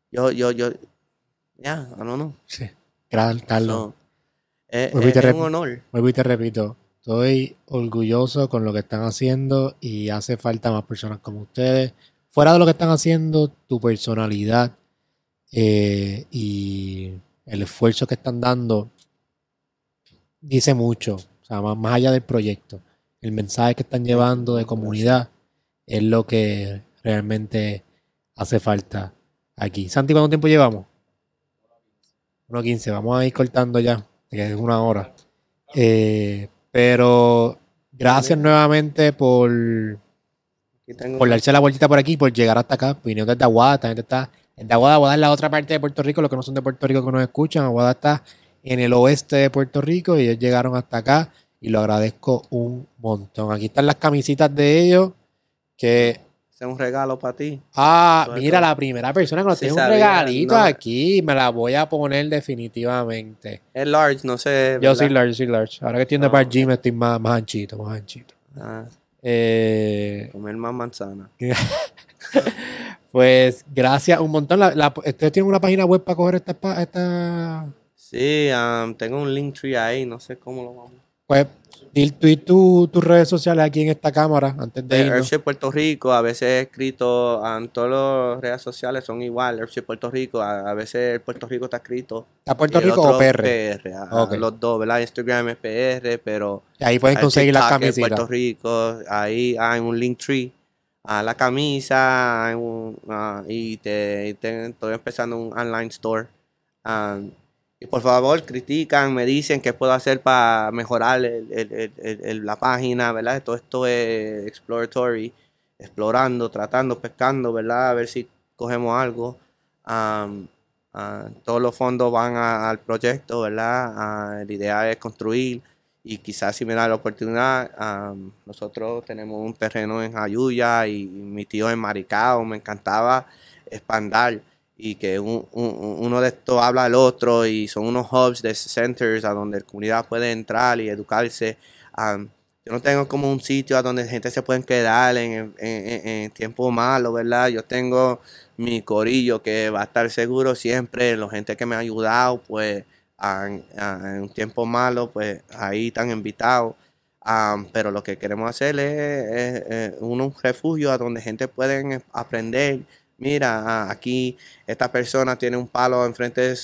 yo, yo, yo, yeah, I don't know. Sí. Gran, Carlos. So, es, Vuelvo y es- te es rep- un honor. Vuelvo y te repito, estoy orgulloso con lo que están haciendo y hace falta más personas como ustedes. Fuera de lo que están haciendo, tu personalidad eh, y el esfuerzo que están dando dice mucho. O sea, más, más allá del proyecto. El mensaje que están llevando de comunidad es lo que realmente hace falta aquí. Santi, ¿cuánto tiempo llevamos? uno quince, vamos a ir cortando ya, que es una hora. Eh, pero gracias nuevamente por, Aquí tengo por una- darse la vueltita por aquí, por llegar hasta acá. Vinieron desde Aguada, esta gente está en Aguada. Aguada es la otra parte de Puerto Rico, los que no son de Puerto Rico que nos escuchan. Aguada está en el oeste de Puerto Rico y ellos llegaron hasta acá y lo agradezco un montón. Aquí están las camisitas de ellos que... ese es un regalo para ti. Ah, Todo mira, esto. la primera persona que nos Sí tiene un sabía, regalito no. aquí, me la voy a poner definitivamente. Es large, no sé. Yo ¿verdad? soy large, soy large. Ahora que estoy en The No. Park Gym estoy más, más anchito, más anchito. Ah, Eh, comer más manzana. pues gracias un montón. La, la- ¿Ustedes tienen una página web para coger esta, pa- esta... Sí, um, tengo un link tree ahí, no sé cómo lo vamos. Pues, di tú y tú, tus redes sociales aquí en esta cámara antes de De irnos. Earthship Puerto Rico, a veces he escrito, um, todas las redes sociales son igual, Earthship Puerto Rico, a, a veces Puerto Rico está escrito. ¿Está Puerto y el Rico otro o P R? P R, ajá, Ok. los dos, ¿verdad? Instagram es P R, pero Y ahí pueden el conseguir las TikTok es camisetas. Puerto Rico, ahí hay un link tree a la camisa, hay un, ah, y te, y te- estoy empezando un online store. Um, y por favor, critican, me dicen qué puedo hacer para mejorar el- el- el- el- el- la página, ¿verdad? Todo esto es exploratory, explorando, tratando, pescando, ¿verdad? A ver si cogemos algo. Um, ah, todos los fondos van a- al proyecto, ¿verdad? Ah, la idea es construir y quizás si me da la oportunidad, um, nosotros tenemos un terreno en Jayuya y, y mi tío en Maricao, me encantaba expandir y que un- un- uno de estos habla al otro y son unos hubs de centers a donde la comunidad puede entrar y educarse. Um, yo no tengo como un sitio a donde la gente se puede quedar en, en, en- en tiempo malo, ¿verdad? Yo tengo mi corillo que va a estar seguro siempre, la gente que me ha ayudado, pues a- a- en un tiempo malo, pues ahí están invitados. Um, pero lo que queremos hacer es, es, eh, un, un refugio a donde gente puede aprender. Mira, ah, aquí esta persona tiene un palo enfrente de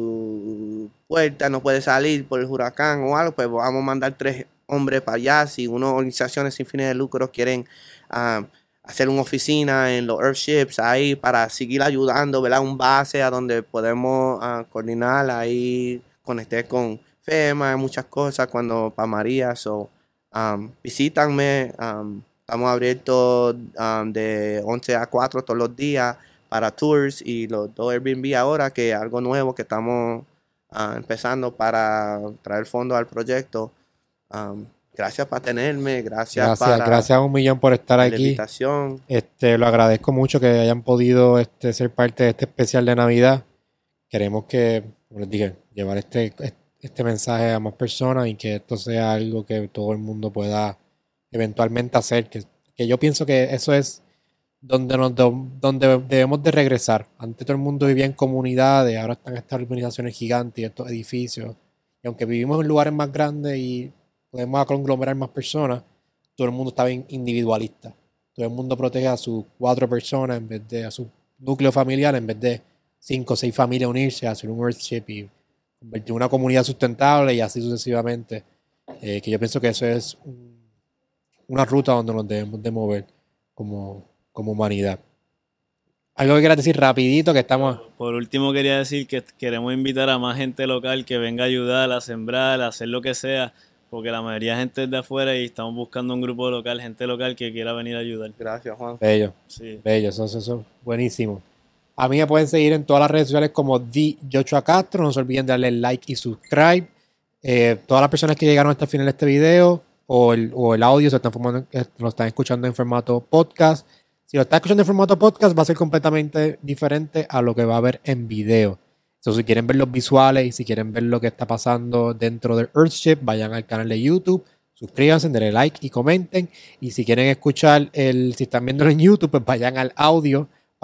su puerta, no puede salir por el huracán o algo, pues vamos a mandar tres hombres para allá. Si unas organizaciones sin fines de lucro quieren ah, hacer una oficina en los Earthships ahí para seguir ayudando, ¿verdad? Un base a donde podemos ah, coordinar, ahí conecté con FEMA, muchas cosas cuando para María, so, um, visítanme, um, estamos abiertos um, de once a cuatro todos los días para tours y los dos Airbnb ahora, que es algo nuevo que estamos ah, empezando para traer fondos al proyecto. Um, gracias por tenerme, gracias, Gracias, para gracias a un millón por estar la aquí. invitación. Este, lo agradezco mucho que hayan podido este, ser parte de este especial de Navidad. Queremos que, como les dije, llevar este, este mensaje a más personas y que esto sea algo que todo el mundo pueda eventualmente hacer. Que, que yo pienso que eso es donde, nos, donde debemos de regresar. Antes todo el mundo vivía en comunidades, ahora están estas urbanizaciones gigantes y estos edificios. Y aunque vivimos en lugares más grandes y podemos conglomerar más personas, todo el mundo está bien individualista. Todo el mundo protege a sus cuatro personas en vez de a su núcleo familiar, en vez de cinco o seis familias unirse a hacer un Earthship y convertir una comunidad sustentable y así sucesivamente. Eh, que yo pienso que eso es un, una ruta donde nos debemos de mover como, como humanidad. Algo que quieras decir rapidito que estamos... Por último quería decir que queremos invitar a más gente local que venga a ayudar, a sembrar, a hacer lo que sea, porque la mayoría de gente es de afuera y estamos buscando un grupo local, gente local que quiera venir a ayudar. Gracias, Juan. Bello, Sí. bello, eso, eso, eso, buenísimo. A mí me pueden seguir en todas las redes sociales como The Joshua Castro. No se olviden de darle like y subscribe. Eh, todas las personas que llegaron hasta el final de este video o el, o el audio se están formando, lo están escuchando en formato podcast. Si lo están escuchando en formato podcast va a ser completamente diferente a lo que va a ver en video. Entonces, si quieren ver los visuales y si quieren ver lo que está pasando dentro del Earthship, vayan al canal de YouTube, suscríbanse, denle like y comenten. Y si quieren escuchar el, si están viéndolo en YouTube, pues vayan al audio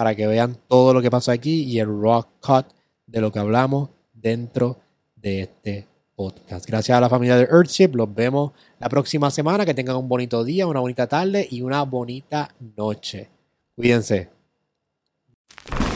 para que vean todo lo que pasó aquí y el raw cut de lo que hablamos dentro de este podcast. Gracias a la familia de Earthship. Los vemos la próxima semana. Que tengan un bonito día, una bonita tarde y una bonita noche. Cuídense.